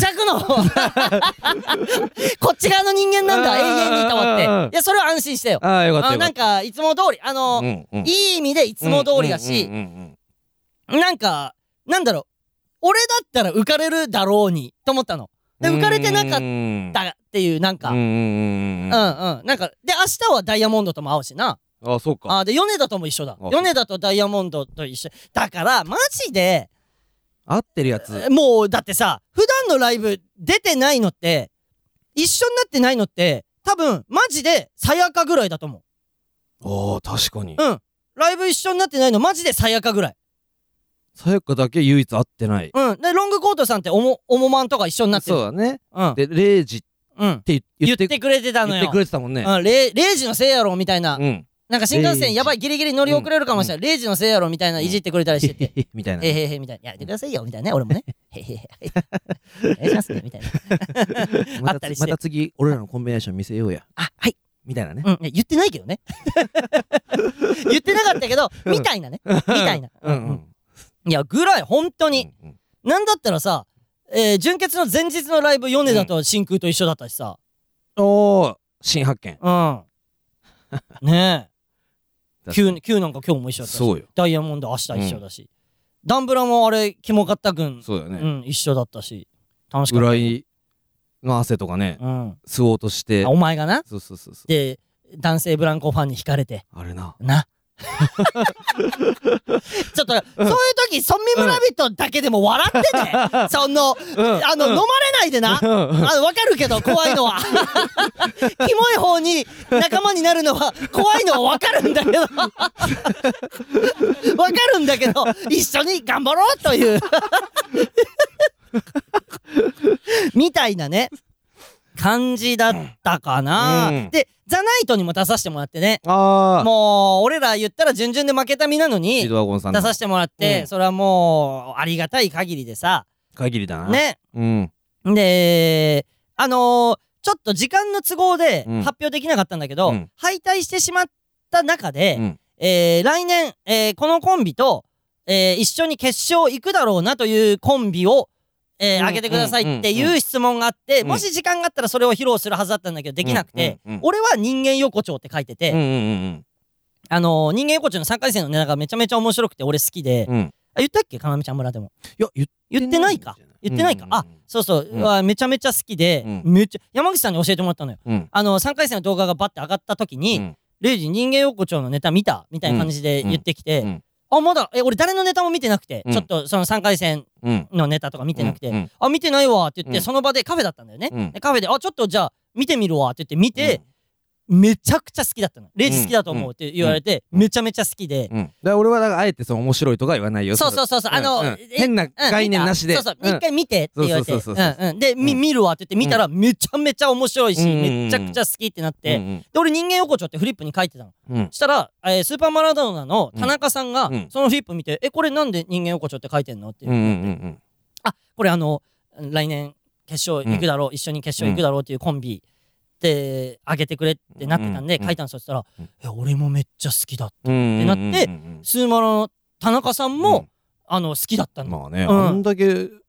ち側の人間なんだ永遠にと思って、いやそれは安心してよ。 あ、よかったよかった。 なんかいつも通りいい意味でいつも通りだし、なんかなんだろう、俺だったら浮かれるだろうにと思ったの。で浮かれてなかったっていう、なんかなんかで明日はダイヤモンドとも会うしな。 あ、そうか。 で米田とも一緒だ。米田とダイヤモンドと一緒だから、マジで合ってるやつ。 もうだってさ、普段のライブ出てないのって、一緒になってないのって多分マジでさやかぐらいだと思う。 ああ、確かに。 ライブ一緒になってないのマジでさやかぐらい。 さやかだけ唯一会ってない。 でロングコートさんっておもまんとか一緒になってる。 そうだね。でレイジって言ってくれてたのよ。 言ってくれてたもんね。 レイジのせいやろみたいな。なんか新幹線やばいギリギリ乗り遅れるかもしれない。レイジのせいやろみたいないじってくれたりしてて。 みたいな。 へへへみたいな。やめてくださいよみたいなね。俺もね。へへへ。お願いしますねみたいな。あったりして。 また次俺らのコンビネーション見せようや。 あ、はい。 みたいなね。 言ってないけどね。言ってなかったけど、みたいなね。みたいな。いやぐらい本当に、なんだったらさ、純潔の前日のライブ米田と真空と一緒だったしさ。 おー、新発見。 ねえ。Q なんか今日も一緒だったし。 そうよ。 ダイヤモンド明日一緒だし。ダンブラもあれキモかった軍、 そうだよね。 一緒だったし。楽しかった。 浦井の汗とかね、吸おうとして。 お前がな。 そうそうそう。 で男性ブランコファンに惹かれて。 あれな。 ちょっとそういう時ソンミムラビットだけでも笑ってね。その飲まれないでな。わかるけど怖いのはキモい方に仲間になるのは怖いのはわかるんだけどわかるんだけど一緒に頑張ろうというみたいなね感じだったかな。でザ・ナイトにも出させてもらってね。もう俺ら言ったら準々で負けた身なのに出させてもらって、それはもうありがたい限りでさ。 限りだな。 ね。でちょっと時間の都合で発表できなかったんだけど、敗退してしまった中で、来年、このコンビと、一緒に決勝行くだろうなというコンビをあげてくださいっていう質問があって、もし時間があったらそれを披露するはずだったんだけどできなくて、俺は人間横丁って書いてて、人間横丁の3回戦のネタがめちゃめちゃ面白くて俺好きで、言ったっけかなめちゃん村でも。 いや言ってないか。言ってないか。あ、そうそう、めちゃめちゃ好きで、めっちゃ山口さんに教えてもらったのよ。3回戦の動画がバッて上がった時に「レイジ人間横丁のネタ見た?」みたいな感じで言ってきて。あ、まだ俺誰のネタも見てなくて、ちょっとその3回戦のネタとか見てなくて、あ、見てないわって言って、その場でカフェだったんだよね。でカフェで、あ、ちょっとじゃあ見てみるわって言って見て、めちゃくちゃ好きだったの。レイジ好きだと思うって言われて、めちゃめちゃ好きで。 だから俺はだからあえてその面白いとか言わないよ。 そうそうそうそう、 変な概念なしで。 そうそう、一回見てって言われて、で見るわって言って見たらめちゃめちゃ面白いし、めちゃくちゃ好きってなって、で俺人間横丁ってフリップに書いてたの。そしたらスーパーマラドーナの田中さんがそのフリップ見て、これなんで人間横丁って書いてんのって言って、あ、これ来年決勝行くだろう、一緒に決勝行くだろうっていうコンビであげてくれってなってたんで書いたんですよ。そしたら「俺もめっちゃ好きだ」ってなって、スーマラの田中さんも好きだったの。 まあね、あんだけ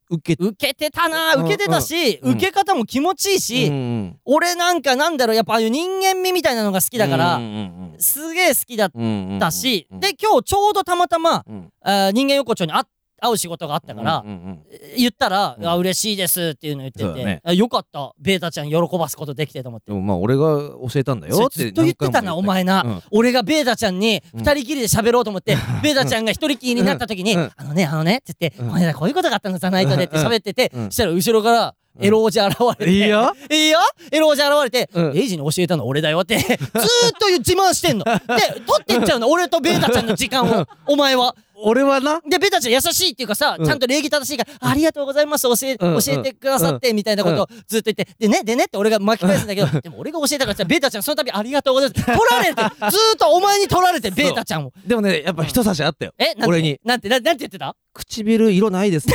受けてたな、受けてたし、受け方も気持ちいいし、俺なんかなんだろう、やっぱああいう人間味みたいなのが好きだから、すげえ好きだったし、で今日ちょうどたまたま人間横丁に会う仕事があったから言ったら「嬉しいです」っていうの言ってて、よかったベータちゃん喜ばすことできてと思って。 でもまあ俺が教えたんだよってずっと言ってたなお前な。俺がベータちゃんに二人きりで喋ろうと思って、ベータちゃんが一人きりになった時に「あのねって言って「この間こういうことがあったのさないとね」って喋ってて、そしたら後ろからエロおじ現れて、いいよエロおじ現れて「エイジに教えたの俺だよ」ってずーっと自慢してんの。で取ってっちゃうの俺とベータちゃんの時間をお前は。 俺はな。 でベタちゃん優しいっていうかさ、ちゃんと礼儀正しいから「ありがとうございます教えてくださって」みたいなことをずっと言って「でね」って俺が巻き返すんだけど、でも俺が教えたからさ、ベータちゃんその度ありがとうございます取られてずーっとお前に取られて、ベータちゃんを。 でもねやっぱ一差しあったよ俺に。 なんて言ってた？ 唇色ないですね。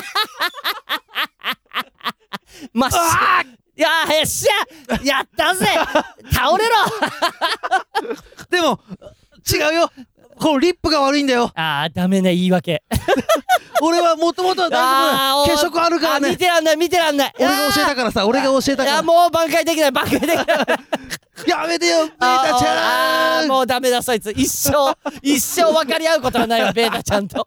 まっしゃいやー、よっしゃやったぜ倒れろでも違うよ、このリップが悪いんだよ。 ダメな言い訳俺はもともと大丈夫、血色あるからね。 見てらんない俺が教えたからさ、俺が教えたから。 いやもう挽回できないやめてよベータちゃん。 もうダメだそいつ、一生分かり合うことはないわベータちゃんと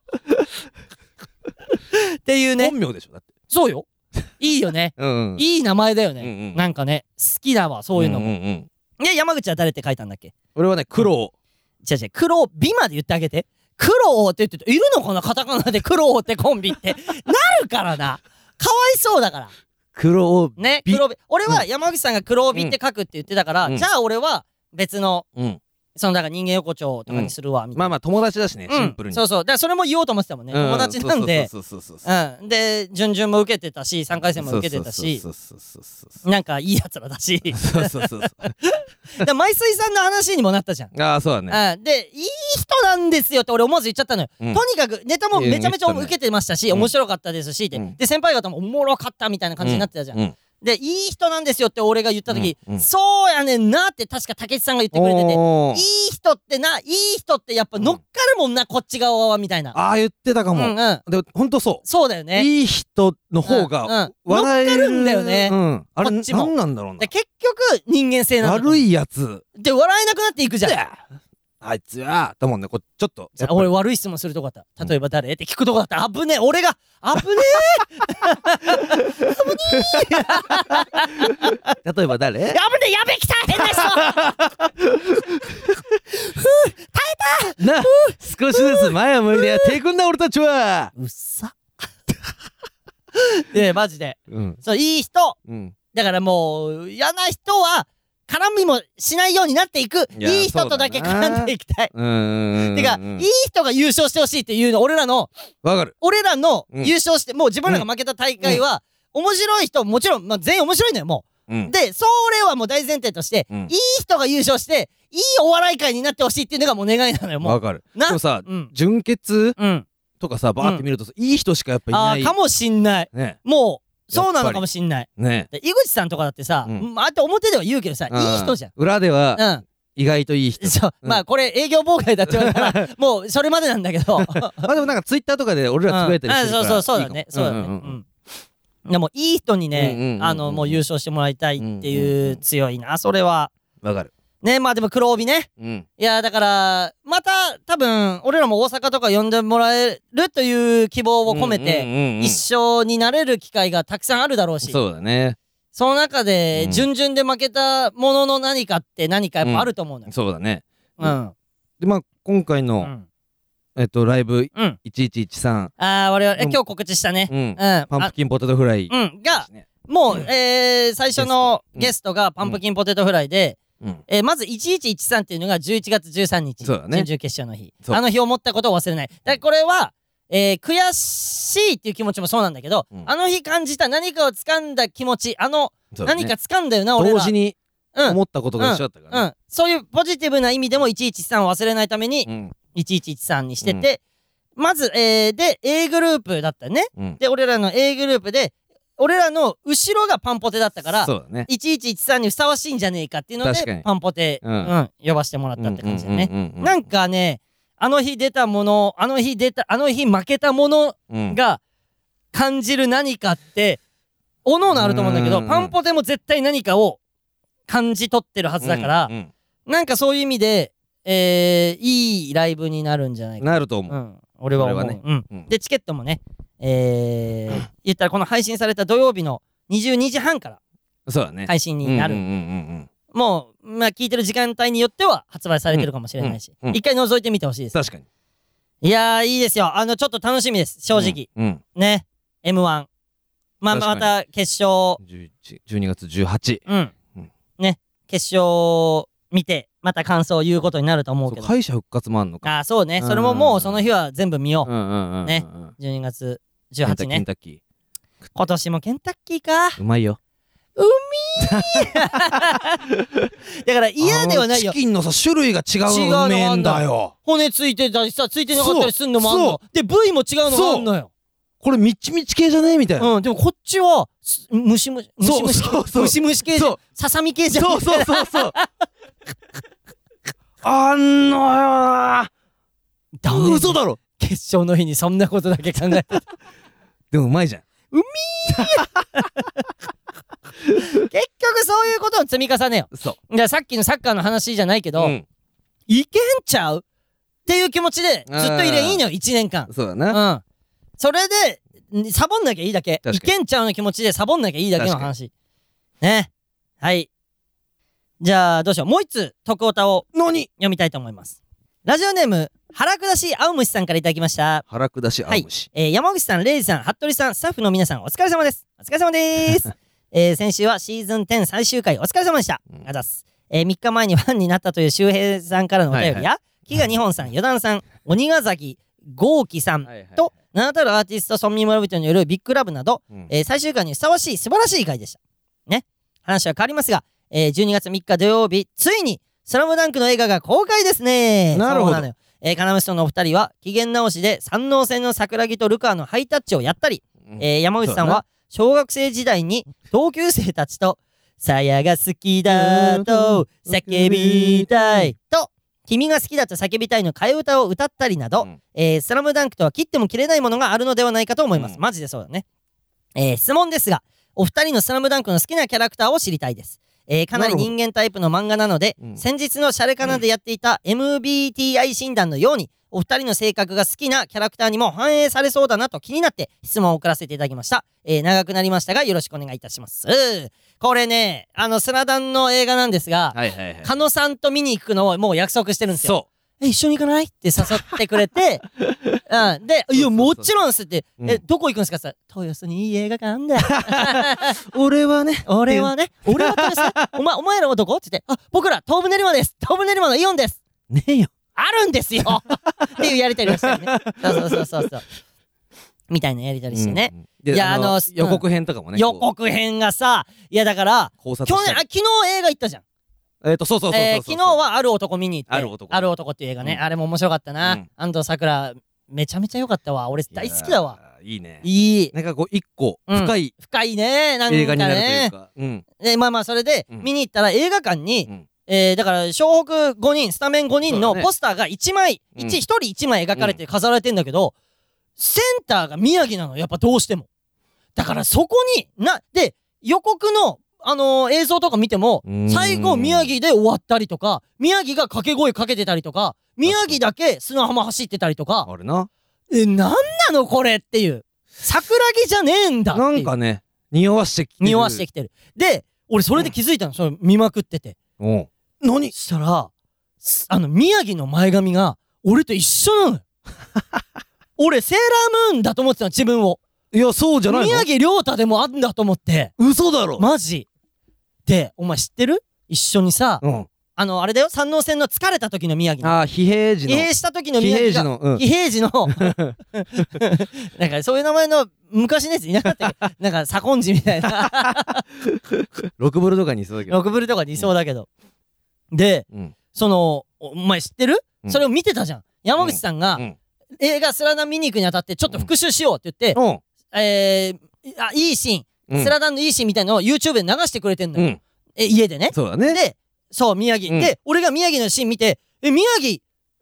っていうね。 本名でしょだって。 そうよ、いいよねいい名前だよね。なんかね好きだわそういうのも。で山口は誰って書いたんだっけ？ 俺はね苦労。 違う黒美まで言ってあげて。苦労って言ってているのかな、カタカナで苦労ってコンビってなるからな、かわいそうだから黒美ね。黒美、俺は山口さんが黒美って書くって言ってたから、じゃあ俺は別のそのだから人間横丁とかにするわみたいな。 まあまあ友達だしね、シンプルに。 そうだからそれも言おうと思ってたもんね、友達なんで。で準々も受けてたし3回戦も受けてたし、なんかいいやつらだし。マイスイさんの話にもなったじゃん。 そうだね。 でいい人なんですよって俺思わず言っちゃったのよ。とにかくネタもめちゃめちゃ受けてましたし面白かったですしってで先輩方もおもろかったみたいな感じになってたじゃん。でいい人なんですよって俺が言った時、そうやねんなって確か武智さんが言ってくれてて、いい人ってやっぱ乗っかるもんなこっち側はみたいな。 言ってたかも。でもほんとそうだよね。 いい人の方が笑える。乗っかるんだよね。あれ何なんだろうな。 結局人間性なんだ。 悪いやつで笑えなくなっていくじゃん。 あいつはだもんね。ちょっと俺悪い質問するとこだった。例えば誰って聞くとこだった。危ねえ俺が危ねえ例えば誰？ 危ねえやべ来た変な人耐えたな。少しずつ前を向いてやっていくんだ俺たちは。 うっさでマジでそういい人だからもう嫌な人は絡みもしないようになっていく。いい人とだけ絡んでいきたい。てかいい人が優勝してほしいっていうの俺らの優勝してもう自分らが負けた大会は面白い人もちろん全員面白いのよもう。でそれはもう大前提としていい人が優勝していいお笑い界になってほしいっていうのがもう願いなのよもう。 わかる。でもさ純潔とかさバーって見るといい人しかやっぱいないかもしんない。もうそうなのかもしんない。井口さんとかだってさ、あって表では言うけどさ、いい人じゃん。 裏では意外といい人。 まあこれ営業妨害だって言われたらもうそれまでなんだけど。 まあでもなんかツイッターとかで俺らつぶやいたりしてるから。 そうだね。でもいい人にね、もう優勝してもらいたいっていう強いなそれは。 わかる。 ねまあでも黒帯ね。いやだからまた多分俺らも大阪とか呼んでもらえるという希望を込めて一緒になれる機会がたくさんあるだろうし。 そうだね。 その中で準々で負けたものの何かって何かやっぱあると思うのよ。 そうだね。でまあ今回のライブ1113 我々今日告知したねパンプキンポテトフライがもう最初のゲストがパンプキンポテトフライでまず1113っていうのが11月13日準々決勝の日。あの日思ったことを忘れない。だこれは悔しいっていう気持ちもそうなんだけどあの日感じた何かを掴んだ気持ち何か掴んだよな俺ら同時に思ったことが一緒だったからね。 そういうポジティブな意味でも1113を忘れないために1113にしててまずで A グループだったね。で俺らの A グループで俺らの後ろがパンポテだったから1113にふさわしいんじゃねえかっていうのでパンポテ呼ばしてもらったって感じだね。なんかねあの日出たものあの日負けたものが感じる何かっておのおのあると思うんだけど、パンポテも絶対何かを感じ取ってるはずだから、なんかそういう意味で、いいライブになるんじゃないかなると思う、 俺は思うね。でチケットもね、言ったらこの配信された土曜日の22時半からそうだね配信になる。もうまあ聞いてる時間帯によっては発売されてるかもしれないし、一回覗いてみてほしいです。 確かに。 いやーいいですよ。ちょっと楽しみです正直。ね M1 また決勝 12月18 ね決勝見てまた感想を言うことになると思うけど、 敗者復活もあんのか。 そうね、それももうその日は全部見ようね。12月18ね。 ケンタッキー今年もケンタッキーか。 うまいよ。 だから嫌ではないよ。 チキンのさ種類が違う麺だよ。 骨ついてたりさついてなかったりすんのもあんので、部位も違うのもあんのよ。 これみちみち系じゃねみたいな。 でもこっちはムシムシ系じゃささみ系じゃん。そうあんのよー。嘘だろ。 決勝の日にそんなことだけ考えてた。 でもうまいじゃん。 うみ結局そういうことの積み重ねよ。さっきのサッカーの話じゃないけど、いけんちゃうっていう気持ちでずっといれいいのよ1年間。 そうだな。 それでサボんなきゃいいだけ。いけんちゃうの気持ちでサボんなきゃいいだけの話ね。はい、じゃあどうしよう。もう一つ徳オタを読みたいと思います。ラジオネーム腹下し青虫さんからいただきました。 腹下し青虫、 山口さん、レイジさん、服部さん、スタッフの皆さんお疲れ様です。お疲れ様です先週はシーズン10最終回お疲れ様でした。あざす。3日前にファンになったという周平さんからのお便りや、木賀日本さん、余談さん、鬼ヶ崎豪輝さんと名だたるアーティスト村民村人によるビッグラブなど、最終回にふさわしい素晴らしい回でしたね。話は変わりますが、12月3日土曜日ついにスラムダンクの映画が公開ですね。 なるほど。 カナムストのお二人は機嫌直しで山王戦の桜木とルカーのハイタッチをやったり、山口さんは小学生時代に同級生たちとさやが好きだと叫びたいと君が好きだと叫びたいの替え歌を歌ったりなど、スラムダンクとは切っても切れないものがあるのではないかと思います。マジでそうだね。質問ですが、お二人のスラムダンクの好きなキャラクターを知りたいです。かなり人間タイプの漫画なので、先日のシャレカナでやっていた MBTI 診断のようにお二人の性格が好きなキャラクターにも反映されそうだなと気になって質問を送らせていただきました。長くなりましたがよろしくお願いいたします。これねスラダンの映画なんですが、狩野さんと見に行くのをもう約束してるんですよ。一緒に行かないって誘ってくれてで、いやもちろんですって、どこ行くんですかって言ったら、豊洲にいい映画館あんだよ俺は豊洲お前らはどこって言って、僕ら東武練馬です。東武練馬のイオンです。 ねえよあるんですよっていうやりとりをしたよね。そうみたいなやりとりしてね。いや予告編とかもね。 予告編がさ、いやだから昨日映画行ったじゃん。 そう昨日はある男見に行って、ある男っていう映画ね、あれも面白かったな。安藤サクラめちゃめちゃ良かったわ。俺大好きだわ。 いいね。 いい。 なんかこう一個深いね、なんかね。 映画になるというか。 でまあそれで見に行ったら映画館にだから湘北5人スタメン5人のポスターが1枚1人1枚描かれて飾られてんだけど、センターが宮城なのやっぱどうしても。だからそこにで予告の映像とか見ても最後宮城で終わったりとか、宮城が掛け声かけてたりとか、宮城だけ砂浜走ってたりとか、 あれななんなのこれっていう、桜木じゃねえんだっていう、 なんかね匂わしてきてる。 で俺それで気づいたの、それ見まくってて。 何したら宮城の前髪が俺と一緒なのよ俺セーラームーンだと思ってたの自分を。 いやそうじゃないの。 宮城亮太でもあんだと思って。 嘘だろマジで。お前知ってる？一緒にさ、あれだよ、山王戦の疲れた時の宮城の、 疲弊した時の宮城が疲弊時のなんかそういう名前の昔のやついなかったっけなんか左近寺みたいなロクブルとかにいそうだけど。 ロクブルとかにいそうだけど、で、お前知ってる？それを見てたじゃん。山口さんが映画スラダン見に行くにあたってちょっと復習しようって言って、いいシーン、スラダンのいいシーンみたいなのを YouTube で流してくれてんのよ、家でね。 そうだね。 で、そう宮城、で俺が宮城のシーン見て、宮城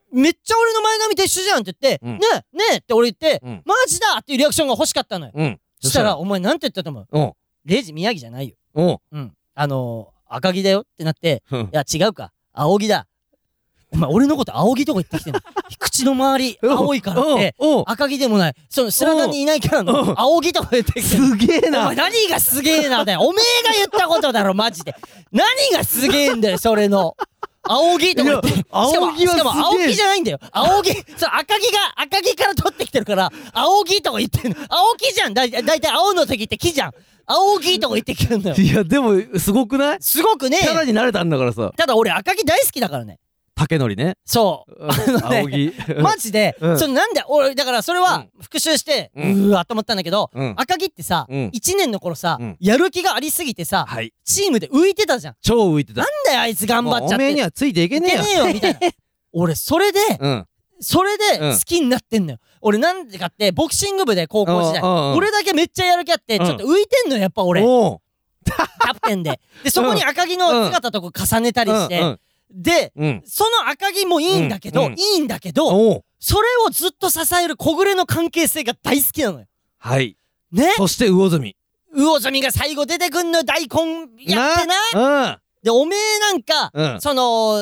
めっちゃ俺の前髪と一緒じゃんって言って、ねえって俺言って、マジだっていうリアクションが欲しかったのよ。そしたら、お前なんて言ったと思う？レイジ宮城じゃないよ。赤木だよってなって、いや違うか、青木だ。お前俺のこと青木とか言ってきてんの。口の周り青いからって赤木でもない、そのスラダンにいないキャラの青木とか言ってきてんの。 すげえな。 お前何がすげえなだよ。おめえが言ったことだろマジで。何がすげえんだよそれの。青木とか言って。しかも青木じゃないんだよ。青木、そう赤木から取ってきてるから青木とか言ってんの。青木じゃん。だいたい青の時って木じゃん。青木とか言ってきてんだよ。 いやでもすごくない？ すごくね。 キャラに慣れたんだからさ。 ただ俺赤木大好きだからね。竹のりね。 そう。 青木。 マジで、そのなんで、俺、だからそれは復習して、うわーと思ったんだけど、赤木ってさ、1年の頃さ、やる気がありすぎてさ、チームで浮いてたじゃん。 超浮いてた。 なんだよあいつ頑張っちゃって。 おめえにはついていけねえよ。 みたいな。俺、それで好きになってんのよ。俺なんでかって、ボクシング部で高校時代、俺だけめっちゃやる気あって、ちょっと浮いてんのよ、やっぱ俺。キャプテンで。で、そこに赤木の姿とこ重ねたりして、で、その赤木もいいんだけど、それをずっと支える小暮の関係性が大好きなのよ。 はい。 ね。 そして魚住。 魚住が最後出てくんのよ、大根やってな。で、おめえなんか、その、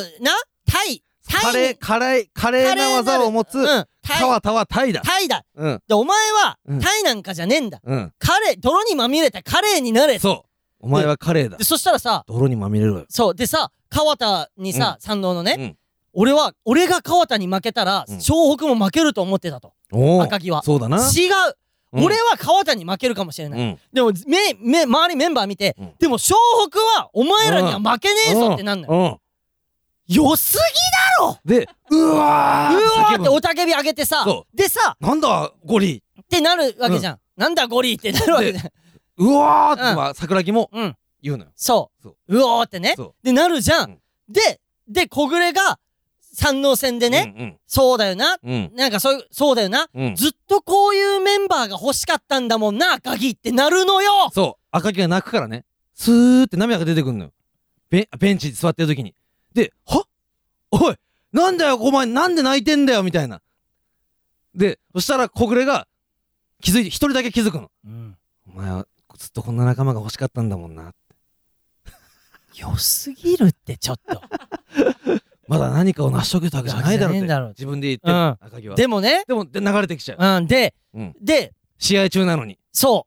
華麗な技を持つ川田はタイだ。 で、お前はタイなんかじゃねえんだ。泥にまみれたカレーになれ。 そう。お前はカレーだ。 で、そしたらさ、 泥にまみれろよ。 そう。でさ、川田にさ、山王のね、俺が川田に負けたら、湘北も負けると思ってたと。赤木は。 そうだな。 違う。俺は川田に負けるかもしれない。でも、周りメンバー見て、でも湘北はお前らには負けねえぞってなんのよ。良すぎだろで、うわーっておたけび上げてさ、でさ、 なんだゴリってなるわけじゃん。なんだゴリってなるわけじゃん。 うわーって桜木も言うのよ。 そう。うおーってね。で、なるじゃん。で、小暮が山王戦でね、そうだよな。なんかそうだよな。ずっとこういうメンバーが欲しかったんだもんな、赤木ってなるのよ。 そう。赤木が泣くからね。スーって涙が出てくんのよ。ベンチに座ってる時に。で、おいなんだよお前なんで泣いてんだよみたいな。で、そしたら小暮が気づいて、一人だけ気づくの。お前はずっとこんな仲間が欲しかったんだもんなって。 良すぎるってちょっと。 まだ何かを成し遂げたわけじゃないだろって自分で言ってる、赤木は。 でもね。 でも流れてきちゃう。 で、 試合中なのに。 そう。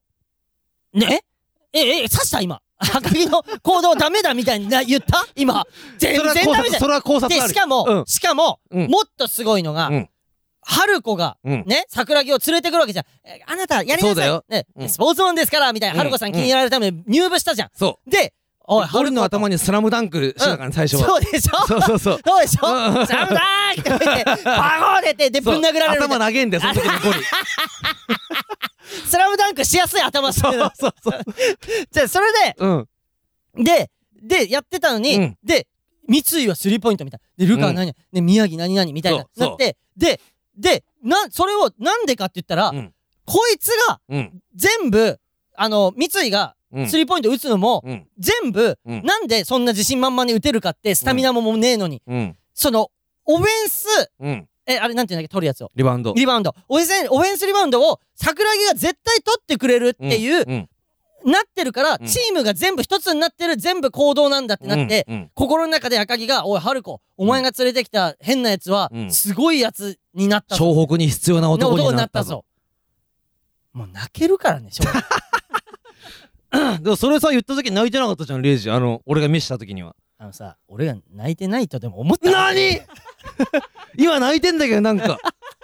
ね刺した今。赤木の行動ダメだみたいに言った今。全然ダメじゃん。 それは考察ある。 で、しかも、もっとすごいのが、春子が、ね、桜木を連れてくるわけじゃん。あなた、やりなさい。ね、スポーツマンですから、みたいな。春子さん気に入られるために入部したじゃん。 そう。 で、おい、 春子の頭にスラムダンクしたからね、最初は。 そうでしょそうでしょスラムダンクって言って、バゴー出て、で、ぶん殴られる。 頭投げんだよ、その時にゴリ。 スラムダンクしやすい頭してる。そう。じゃあ、それで、で、やってたのに、で、三井はスリーポイントみたいな。で、ルカは何々、で、宮城何々みたいな。なって、で、それをなんでかって言ったら、こいつが、全部、三井が、スリーポイント打つのも、全部、なんでそんな自信満々に打てるかって、スタミナもねえのに。その、オフェンス、あれなんていうんだっけ、取るやつを。 リバウンド。 オフェンスリバウンドを桜木が絶対取ってくれるっていう、なってるから、チームが全部一つになってる全部行動なんだってなって、心の中で赤木が、おい、春子、お前が連れてきた変なやつは、すごいやつになったぞ。湘北に必要な男になったぞ。 もう泣けるからね、湘北。 でもそれさ、言った時泣いてなかったじゃん、レイジ。俺が見せた時には。 さ、俺が泣いてないとでも思った。 何今泣いてんだけど、なんか。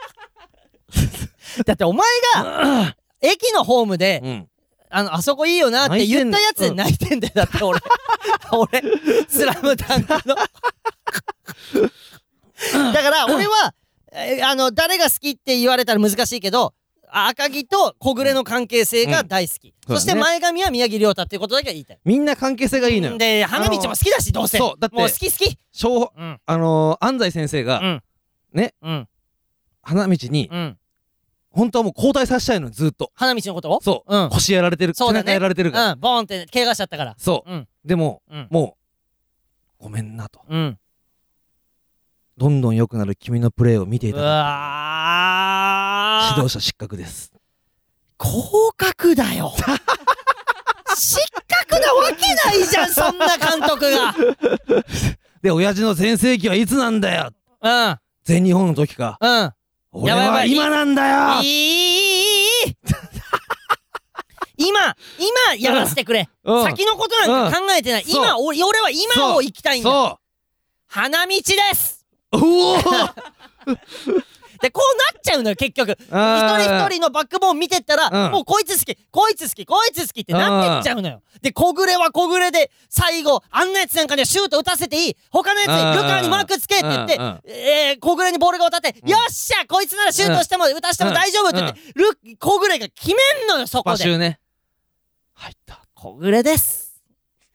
だってお前が、駅のホームで、あそこいいよなって言ったやつで泣いてんだよ。だって俺、スラムダンクの。だから俺は、誰が好きって言われたら難しいけど、赤木と小暮の関係性が大好き。そして前髪は宮城亮太っていうことだけは言いたい。 みんな関係性がいいのよ。 で、花道も好きだし、どうせ。そう、だって、もう好き。 安西先生が、ね、花道に、本当はもう交代させたいの、ずっと。 花道のことをそう。腰やられてる。背中やられてるから。 ボーンって怪我しちゃったから。 そう。でも、もう、ごめんなと。 どんどん良くなる君のプレーを見ていたうわ指導者失格です。 降格だよ失格なわけないじゃんそんな監督がで親父の全盛期はいつなんだよ。 うん全日本の時か。 うん俺は今なんだよ。 今やらせてくれ、先のことなんか考えてない、今俺は今を生きたいんだ。花道ですおおでこうなっちゃうのよ結局。一人一人のバックボーン見てったら、もうこいつ好きこいつ好きこいつ好きってなってっちゃうのよ。で小暮は小暮で最後あんなやつなんかにはシュート打たせていい、他のやつにルカにマークつけって言って、小暮にボールが渡って、よっしゃこいつならシュートしても打たしても大丈夫って言って、小暮が決めんのよそこで。 スパシューね。入った小暮です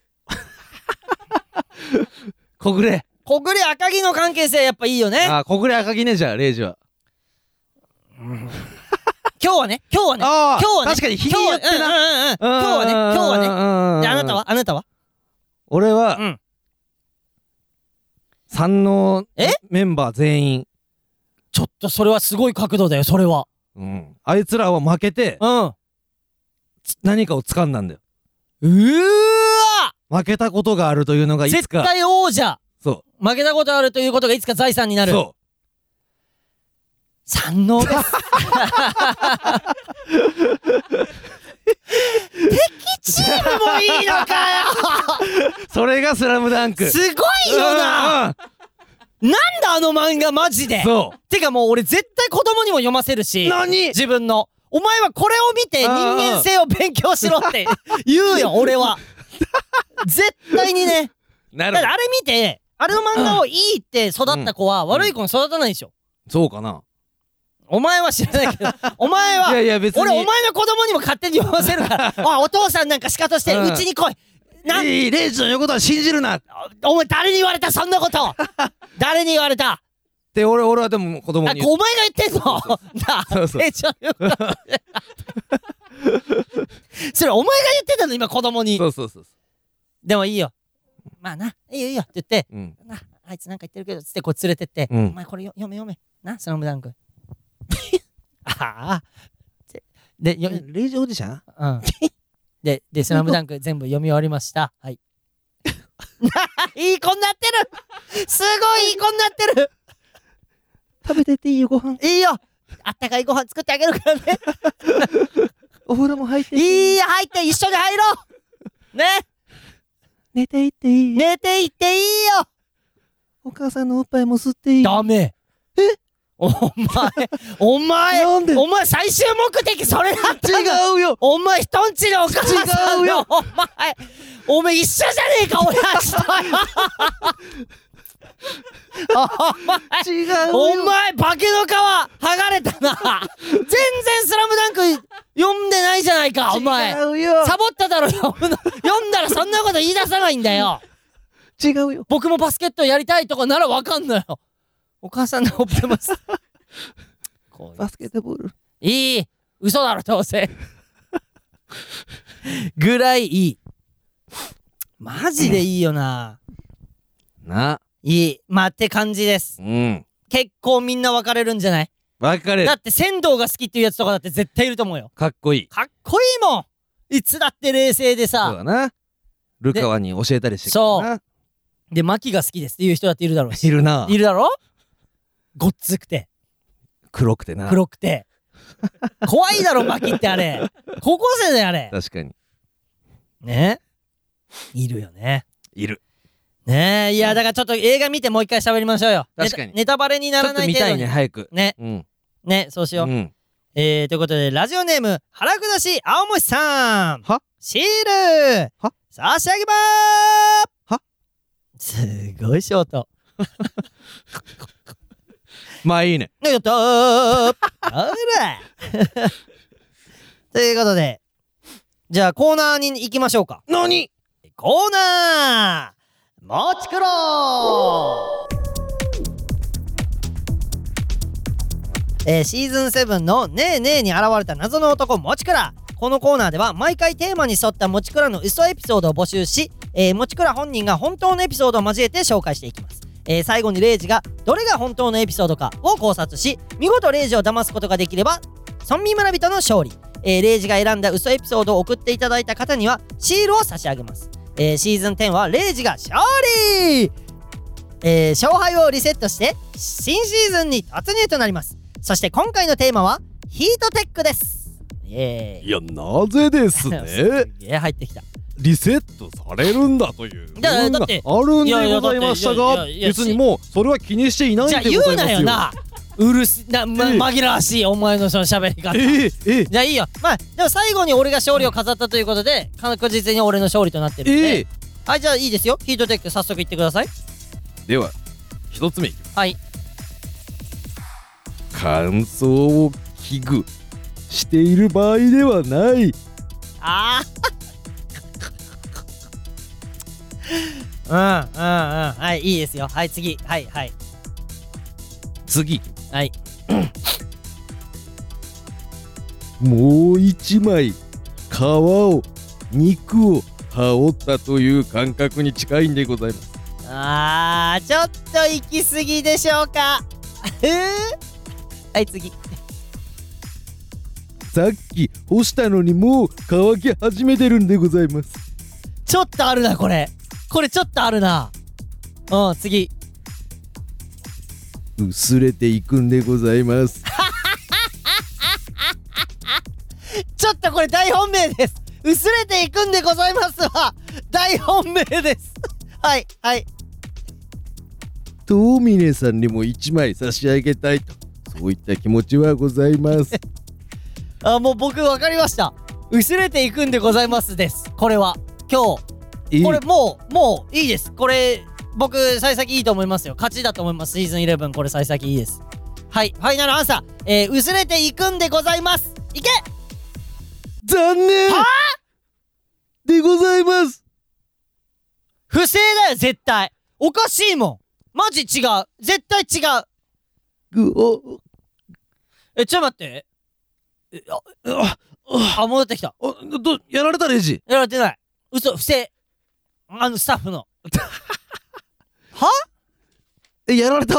小暮赤城の関係性やっぱいいよね。 あ小暮赤城ね。じゃあレイジは今日はね確かに日によってな。 今日はねであなたは俺は三能メンバー全員。 ちょっとそれはすごい角度だよそれは。 あいつらは負けて何かを掴んだんだよ。負けたことがあるというのがいつか絶対王者。 そう負けたことあるということがいつか財産になる。 そう三能です敵チームもいいのかよそれがスラムダンク。 すごいよな。なんだあの漫画マジで。てかもう俺絶対子供にも読ませるし。自分のお前はこれを見て人間性を勉強しろって言うよ俺は絶対にね。だからあれ見てあれの漫画をいいって育った子は悪い子に育たないでしょ。 そうかな。 お前は知らないけどお前は別に俺お前の子供にも勝手に読ませるからお父さんなんかシカとしてうちに来い。 レイジの言うことは信じるな。 お前誰に言われたそんなこと誰に言われたって俺はでも子供にお前が言ってんのそれお前が言ってたの今子供に。 そうでもいいよまあないいよって言ってなあいつなんか言ってるけどつってこう連れてってお前これ読めなスラムダンクああでレイジおじさんでスラムダンク全部読み終わりました。はいいい子になってるすごいいい子になってる。 食べてっていいよご飯。 いいよあったかいご飯作ってあげるからねお風呂も入っていいよ入って一緒に入ろうね。 寝ていっていい。 寝ていっていいよ。 お母さんのおっぱいも吸っていい。 ダメ。お前最終目的それだったの。 違うよ。 お前人んちのお母さんの。違うよ。お前一緒じゃねえか俺たちと。 違うよ。 お前化けの皮剥がれたな。全然スラムダンク読んでないじゃないかお前。 違うよ。 サボっただろ読んだらそんなこと言い出さないんだよ。 違うよ。 僕もバスケットやりたいとかならわかんのよ。お母さんがおってますバスケットボールいい嘘だろどうせぐらいいい。マジでいいよないいまあって感じです。結構みんな分かれるんじゃない？ 分かれる。 だって仙道が好きっていうやつとかだって絶対いると思うよ。 かっこいい。 かっこいいもん。いつだって冷静でさ。 そうだな。ルカワに教えたりしてくるな。そうでマキが好きですっていう人だっているだろうし。 いるな。 いるだろ？ごっつくて黒くてな。 黒くて怖いだろマキってあれ。高校生だよあれ。 確かにね。いるよね。 いるねえ。いやだからちょっと映画見てもう一回喋りましょうよ。 確かにネタバレにならない程度に。 ちょっと見たいね早くね、ねそうしよう。ということでラジオネーム腹下し青虫さんシール差し上げまーすごいショートまあいいね。 やったーほらということでじゃあコーナーに行きましょうか。 何？ コーナーもちくろシーズン7のねえねえに現れた謎の男もちくら。このコーナーでは毎回テーマに沿ったもちくらの嘘エピソードを募集し、もちくら本人が本当のエピソードを交えて紹介していきます。最後にレイジがどれが本当のエピソードかを考察し、見事レイジを騙すことができれば村民村人の勝利。レイジが選んだ嘘エピソードを送っていただいた方にはシールを差し上げます。シーズン10はレイジが勝利。勝敗をリセットして新シーズンに突入となります。そして今回のテーマはヒートテックです。 いや、なぜですね入ってきた。 リセットされるんだという部分があるんでございましたが、別にもうそれは気にしていないんでございますよ。 じゃあ言うなよな、うるしな、紛らわしいお前のその喋り方。じゃあいいよ。まあでも最後に俺が勝利を飾ったということで確実に俺の勝利となってるんで、はい、じゃあいいですよ。ヒートテック早速言ってください。では一つ目いきます。 はい。 乾燥を危惧している場合ではない。 はい、いいですよ。はい、次。はい。 次。 はい。 もう一枚皮を肉を羽織ったという感覚に近いんでございます。 ちょっと行き過ぎでしょうか。はい、次。 さっき干したのにもう乾き始めてるんでございます。 ちょっとあるな、これちょっとあるな。次。 薄れていくんでございます。 ちょっとこれ大本命です。薄れていくんでございますわ。大本命です。はい。 遠峰さんにも1枚差し上げたいと、そういった気持ちはございます。 もう僕分かりました。薄れていくんでございますです。これは今日これもういいです。これ僕幸先いいと思いますよ。勝ちだと思います。シーズン11これ幸先いいです。はい、ファイナルアンサー、薄れていくんでございます。いけ。 残念でございます。 不正だよ絶対。おかしいもん。マジ違う。絶対違う。ちょっと待って。戻ってきた。 やられたレイジ。 やられてない。嘘、不正。スタッフの。は？ やられた？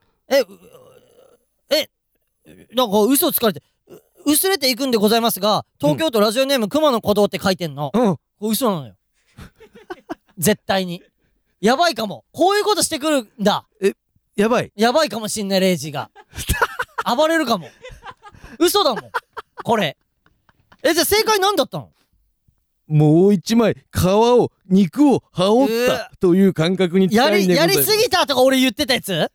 なんか嘘つかれて。薄れていくんでございますが、東京都ラジオネーム熊野古道って書いてんの。嘘なのよ。絶対に。やばいかも。こういうことしてくるんだ。 やばいかもしんないレイジが。暴れるかも。嘘だもん。これ。じゃあ正解何だったの？ もう一枚肉を羽織ったという感覚に近いんでございます。 やりすぎたとか俺言ってたやつ？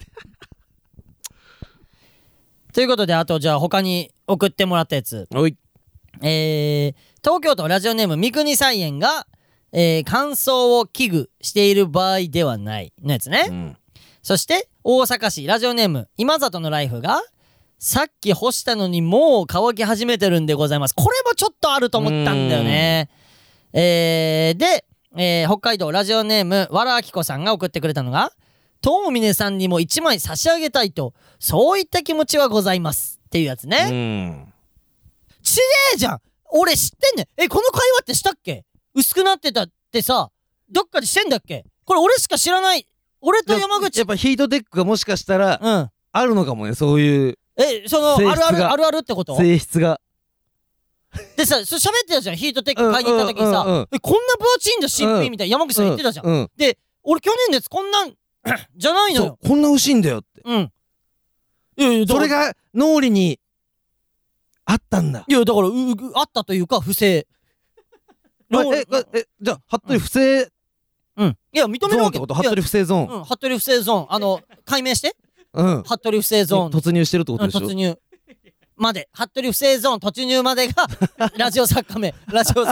ということで、あとじゃあ他に送ってもらったやつ。東京都ラジオネーム三国菜園が、乾燥を危惧している場合ではないのやつね。そして大阪市ラジオネーム今里のライフが、さっき干したのにもう乾き始めてるんでございます。これもちょっとあると思ったんだよね。で、北海道ラジオネームわらあきこさんが送ってくれたのが、遠峰さんにも1枚差し上げたいと、そういった気持ちはございますっていうやつね。ちげえじゃん。俺知ってんねん。この会話ってしたっけ？薄くなってたってさ、どっかでしてんだっけ？これ俺しか知らない。俺と山口。 やっぱヒートテックがもしかしたら、あるのかもね、そういう。 そのあるあるってこと？ 性質が。 でさ、それ喋ってたじゃん。ヒートテック買いに行った時にさ、こんな分厚いんだ新品みたいな山口さん言ってたじゃん。で、俺去年のやつこんなんじゃないのよ。 こんな薄いんだよって。それが脳裏にあったんだ。 いやだからあったというか不正。 じゃあ服部不正。 いや認めるわけ。 服部不正ゾーン。 服部不正ゾーン。解明して。服部不正ゾーン突入してるってことでしょ。 突入まで服部不正ゾーン突入までがラジオ作家名服部不正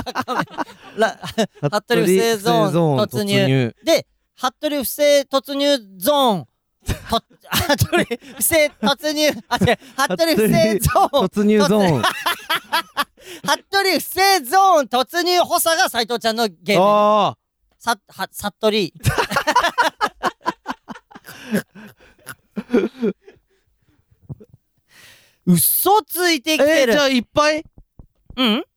ゾーン突入で服部不正突入ゾーン服部不正突入服部不正ゾーン突入ゾーン服部不正ゾーン突入補佐が斉藤ちゃんのゲーム。さっとり嘘ついてきてる。 じゃあいっぱい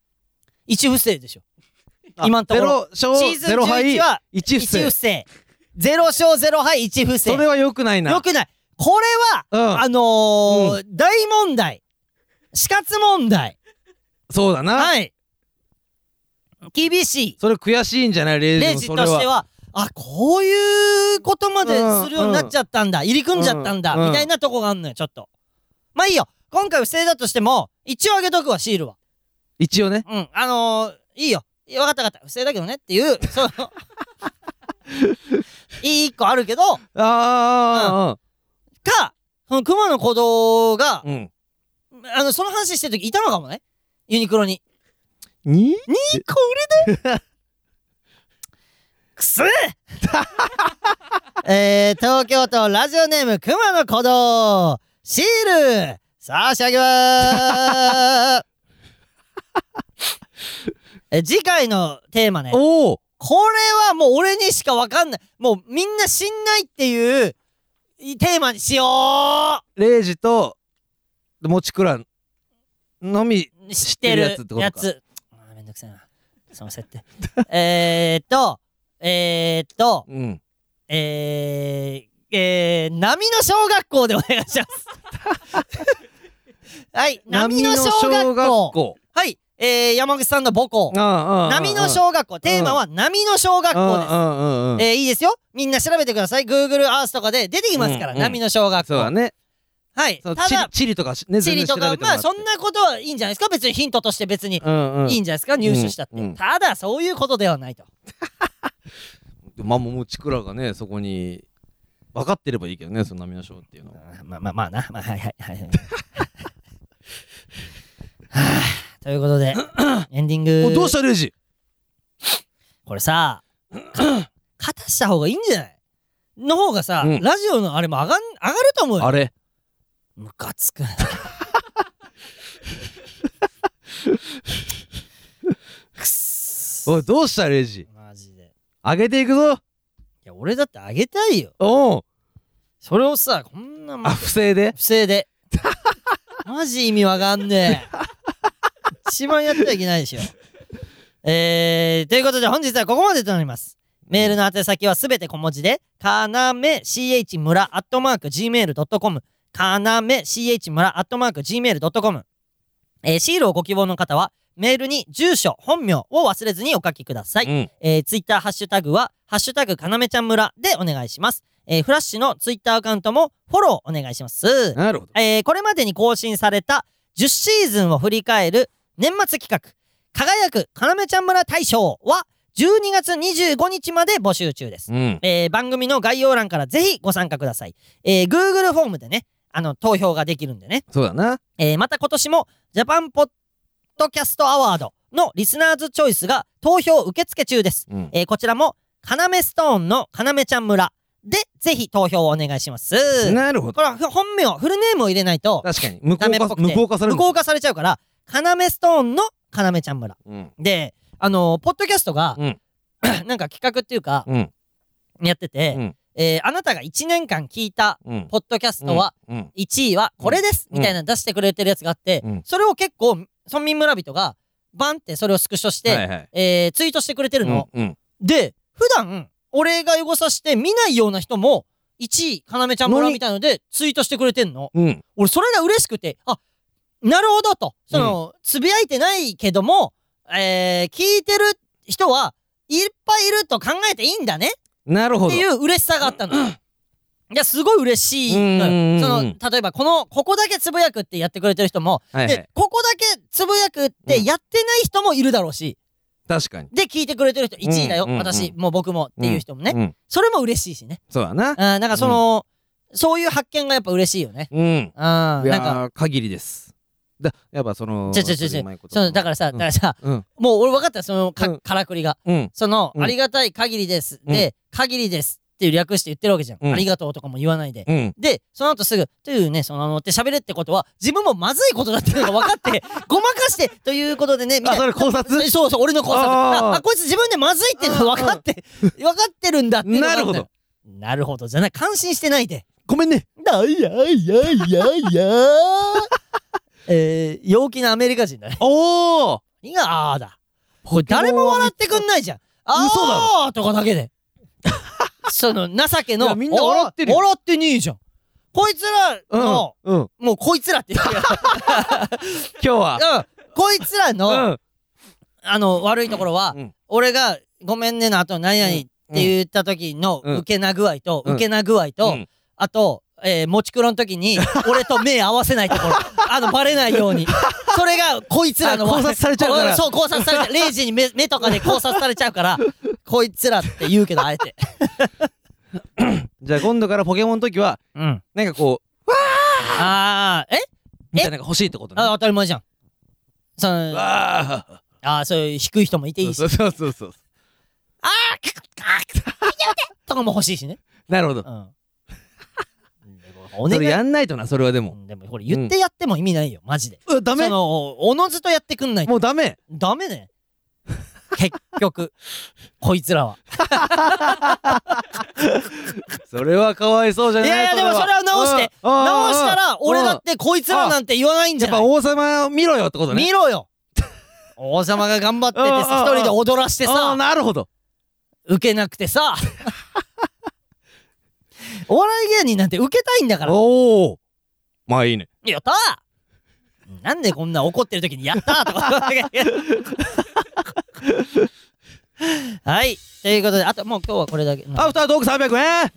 1不正でしょ今のところ。シーズン11は1不正。 0勝0敗1不正。 それは良くないな。 良くない。これは、大問題。死活問題。 そうだな。 はい。厳しい。 それ悔しいんじゃない？レイジとしては、こういうことまでするようになっちゃったんだ。入り組んじゃったんだ。みたいなとこがあんのよ、ちょっと。まあいいよ。今回不正だとしても、一応あげとくわ、シールは。 一応ね。 いいよ。わかった。不正だけどねっていう、一個あるけど、か、その熊野古道が、その話してる時いたのかもね。ユニクロに。 2 個売れたくす東京都ラジオネーム熊野古道シール差し上げま次回のテーマね。これはもう俺にしかわかんない。もうみんな知んないっていうテーマにしよう。 レイジともちくらのみ知ってるやつってことか。 めんどくさいなその設定。波の小学校でお願いしますはい、波の小学校。はい、山口さんの母校。波の小学校。テーマは波の小学校です。いいですよ。みんな調べてください。Google Earth とかで出てきますから、波の小学校。 そうだね。 はい。ただ、 地理とかね、 地理とか、まあそんなことはいいんじゃないですか。別にヒントとして別にいいんじゃないですか。入手したって。ただ、そういうことではないと。 まあ、もちくらがね、そこに分かってればいいけどね、その波の小っていうのは。 まあな。まあ、はい。ということで、エンディング。 どうしたレイジ？ これさ、勝たした方がいいんじゃないの方がさ、ラジオのあれも上がると思うよ。 あれムカつく。くっおい、どうしたレイジ？ マジで。 上げていくぞ。 いや、俺だって上げたいよ。それをさ、こんな不正でマジ意味わかんねえ。一番やってはいけないでしょ。ということで本日はここまでとなります。メールの宛先はすべて小文字で、かなめ ch 村@gmail.com かなめ ch 村@gmail.com シールをご希望の方はメールに住所、本名を忘れずにお書きください。ツイッターハッシュタグはハッシュタグかなめちゃん村でお願いします。フラッシュのツイッターアカウントもフォローお願いします。 なるほど。 これまでに更新された10シーズンを振り返る年末企画輝くかなめちゃん村大賞は12月25日まで募集中です。番組の概要欄からぜひご参加ください。Google フォームでね、投票ができるんでね。 そうだな。 また今年もジャパンポッドキャストアワードのリスナーズチョイスが投票受付中です。こちらもかなめストーンのかなめちゃん村でぜひ投票をお願いします。 なるほど。 これは本名フルネームを入れないと確かに無効化されちゃうから、かなめストーンのかなめちゃん村、でポッドキャストが、なんか企画っていうか、やってて、あなたが1年間聞いたポッドキャストは、1位はこれです、みたいなの出してくれてるやつがあって、それを結構村民村人がバンってそれをスクショして、ツイートしてくれてるの、で普段俺がエゴサして見ないような人も1位かなめちゃん村みたいのでツイートしてくれてんの、俺それが嬉しくて、なるほどと、つぶやいてないけども、聞いてる人はいっぱいいると考えていいんだね。 なるほど。 っていう嬉しさがあったの。いや、すごい嬉しいのよ。例えばここだけつぶやくってやってくれてる人も、で、ここだけつぶやくってやってない人もいるだろうし。 確かに。 で、聞いてくれてる人、1位だよ。私、もう僕もっていう人もね。それも嬉しいしね。 そうだな。 なんかそういう発見がやっぱ嬉しいよね。 なんか、限りです。やっぱだからさ、もう俺分かった、からくりが。ありがたい限りです。で、限りですっていう略して言ってるわけじゃん。ありがとうとかも言わないで。で、その後すぐ、というね、って喋れってことは、自分もまずいことだっていうのが分かって、ごまかして、ということでね、みたいな。 それ考察？ そう、俺の考察。こいつ自分でまずいっていうの分かってるんだっていうのが。 なるほど。 なるほど。じゃない、感心してないで。 ごめんね。 陽気なアメリカ人だね。いがだ。これ誰も笑ってくんないじゃん。 嘘だろとかだけで。 その情けのみんな笑ってるよ。 笑ってねえじゃん。こいつらの、もうこいつらって言うよ今日はこいつらの、悪いところは、俺がごめんねの後何々って言った時の受けな具合と、あともちくろの時に俺と目合わせないところバレないようにそれがこいつらの考察されちゃうから。 そう考察されちゃう。0時に目とかで考察されちゃうからこいつらって言うけどあえてじゃあ今度からポケモンの時はなんかこうわーみたいなのが欲しいってことね。 当たり前じゃん。そういう低い人もいていいし、 そうあーとかも欲しいしね。 なるほど。それやんないとな。それはでもこれ言ってやっても意味ないよマジで。 ダメ。 おのずとやってくんないともうダメね結局こいつらはそれはかわいそうじゃない。 いやでもそれは直したら俺だってこいつらなんて言わないんじゃない。 やっぱ王様見ろよってことね。 見ろよ王様が頑張っててさ一人で踊らしてさ、 なるほど、 受けなくてさお笑い芸人なんて受けたいんだから。 おお、まあいいね。 やったー。なんでこんな怒ってる時にやったーとかはい、ということで、あともう今日はこれだけ。 アフタートーク300円。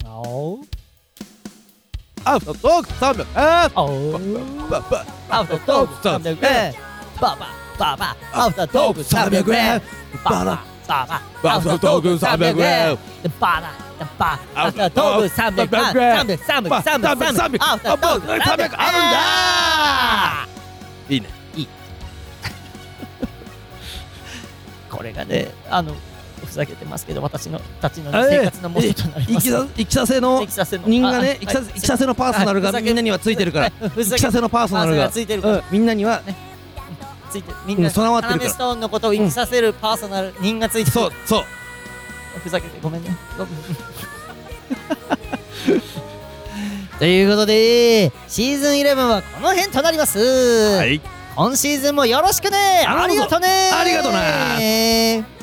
アフタートーク300円。 アフタートーク300円。ババババアフタートーク300円。ババババアフタートーク300円。バラバアフタートーク300円。300アフタートーク300あるんだ。 いいね。 いいこれがね、ふざけてますけど私のたちの生活のモットーとなります。 生きさせの人がね、生きさせのパーソナルがみんなにはついてるから生きさせのパーソナルがついてるからみんなにはついてる。みんな備わってるから。 カナメストーンのことを生きさせるパーソナル人がついてる。 そうふざけてごめんねということでシーズン11はこの辺となります。はい、今シーズンもよろしくね。ありがとね。 ありがとな。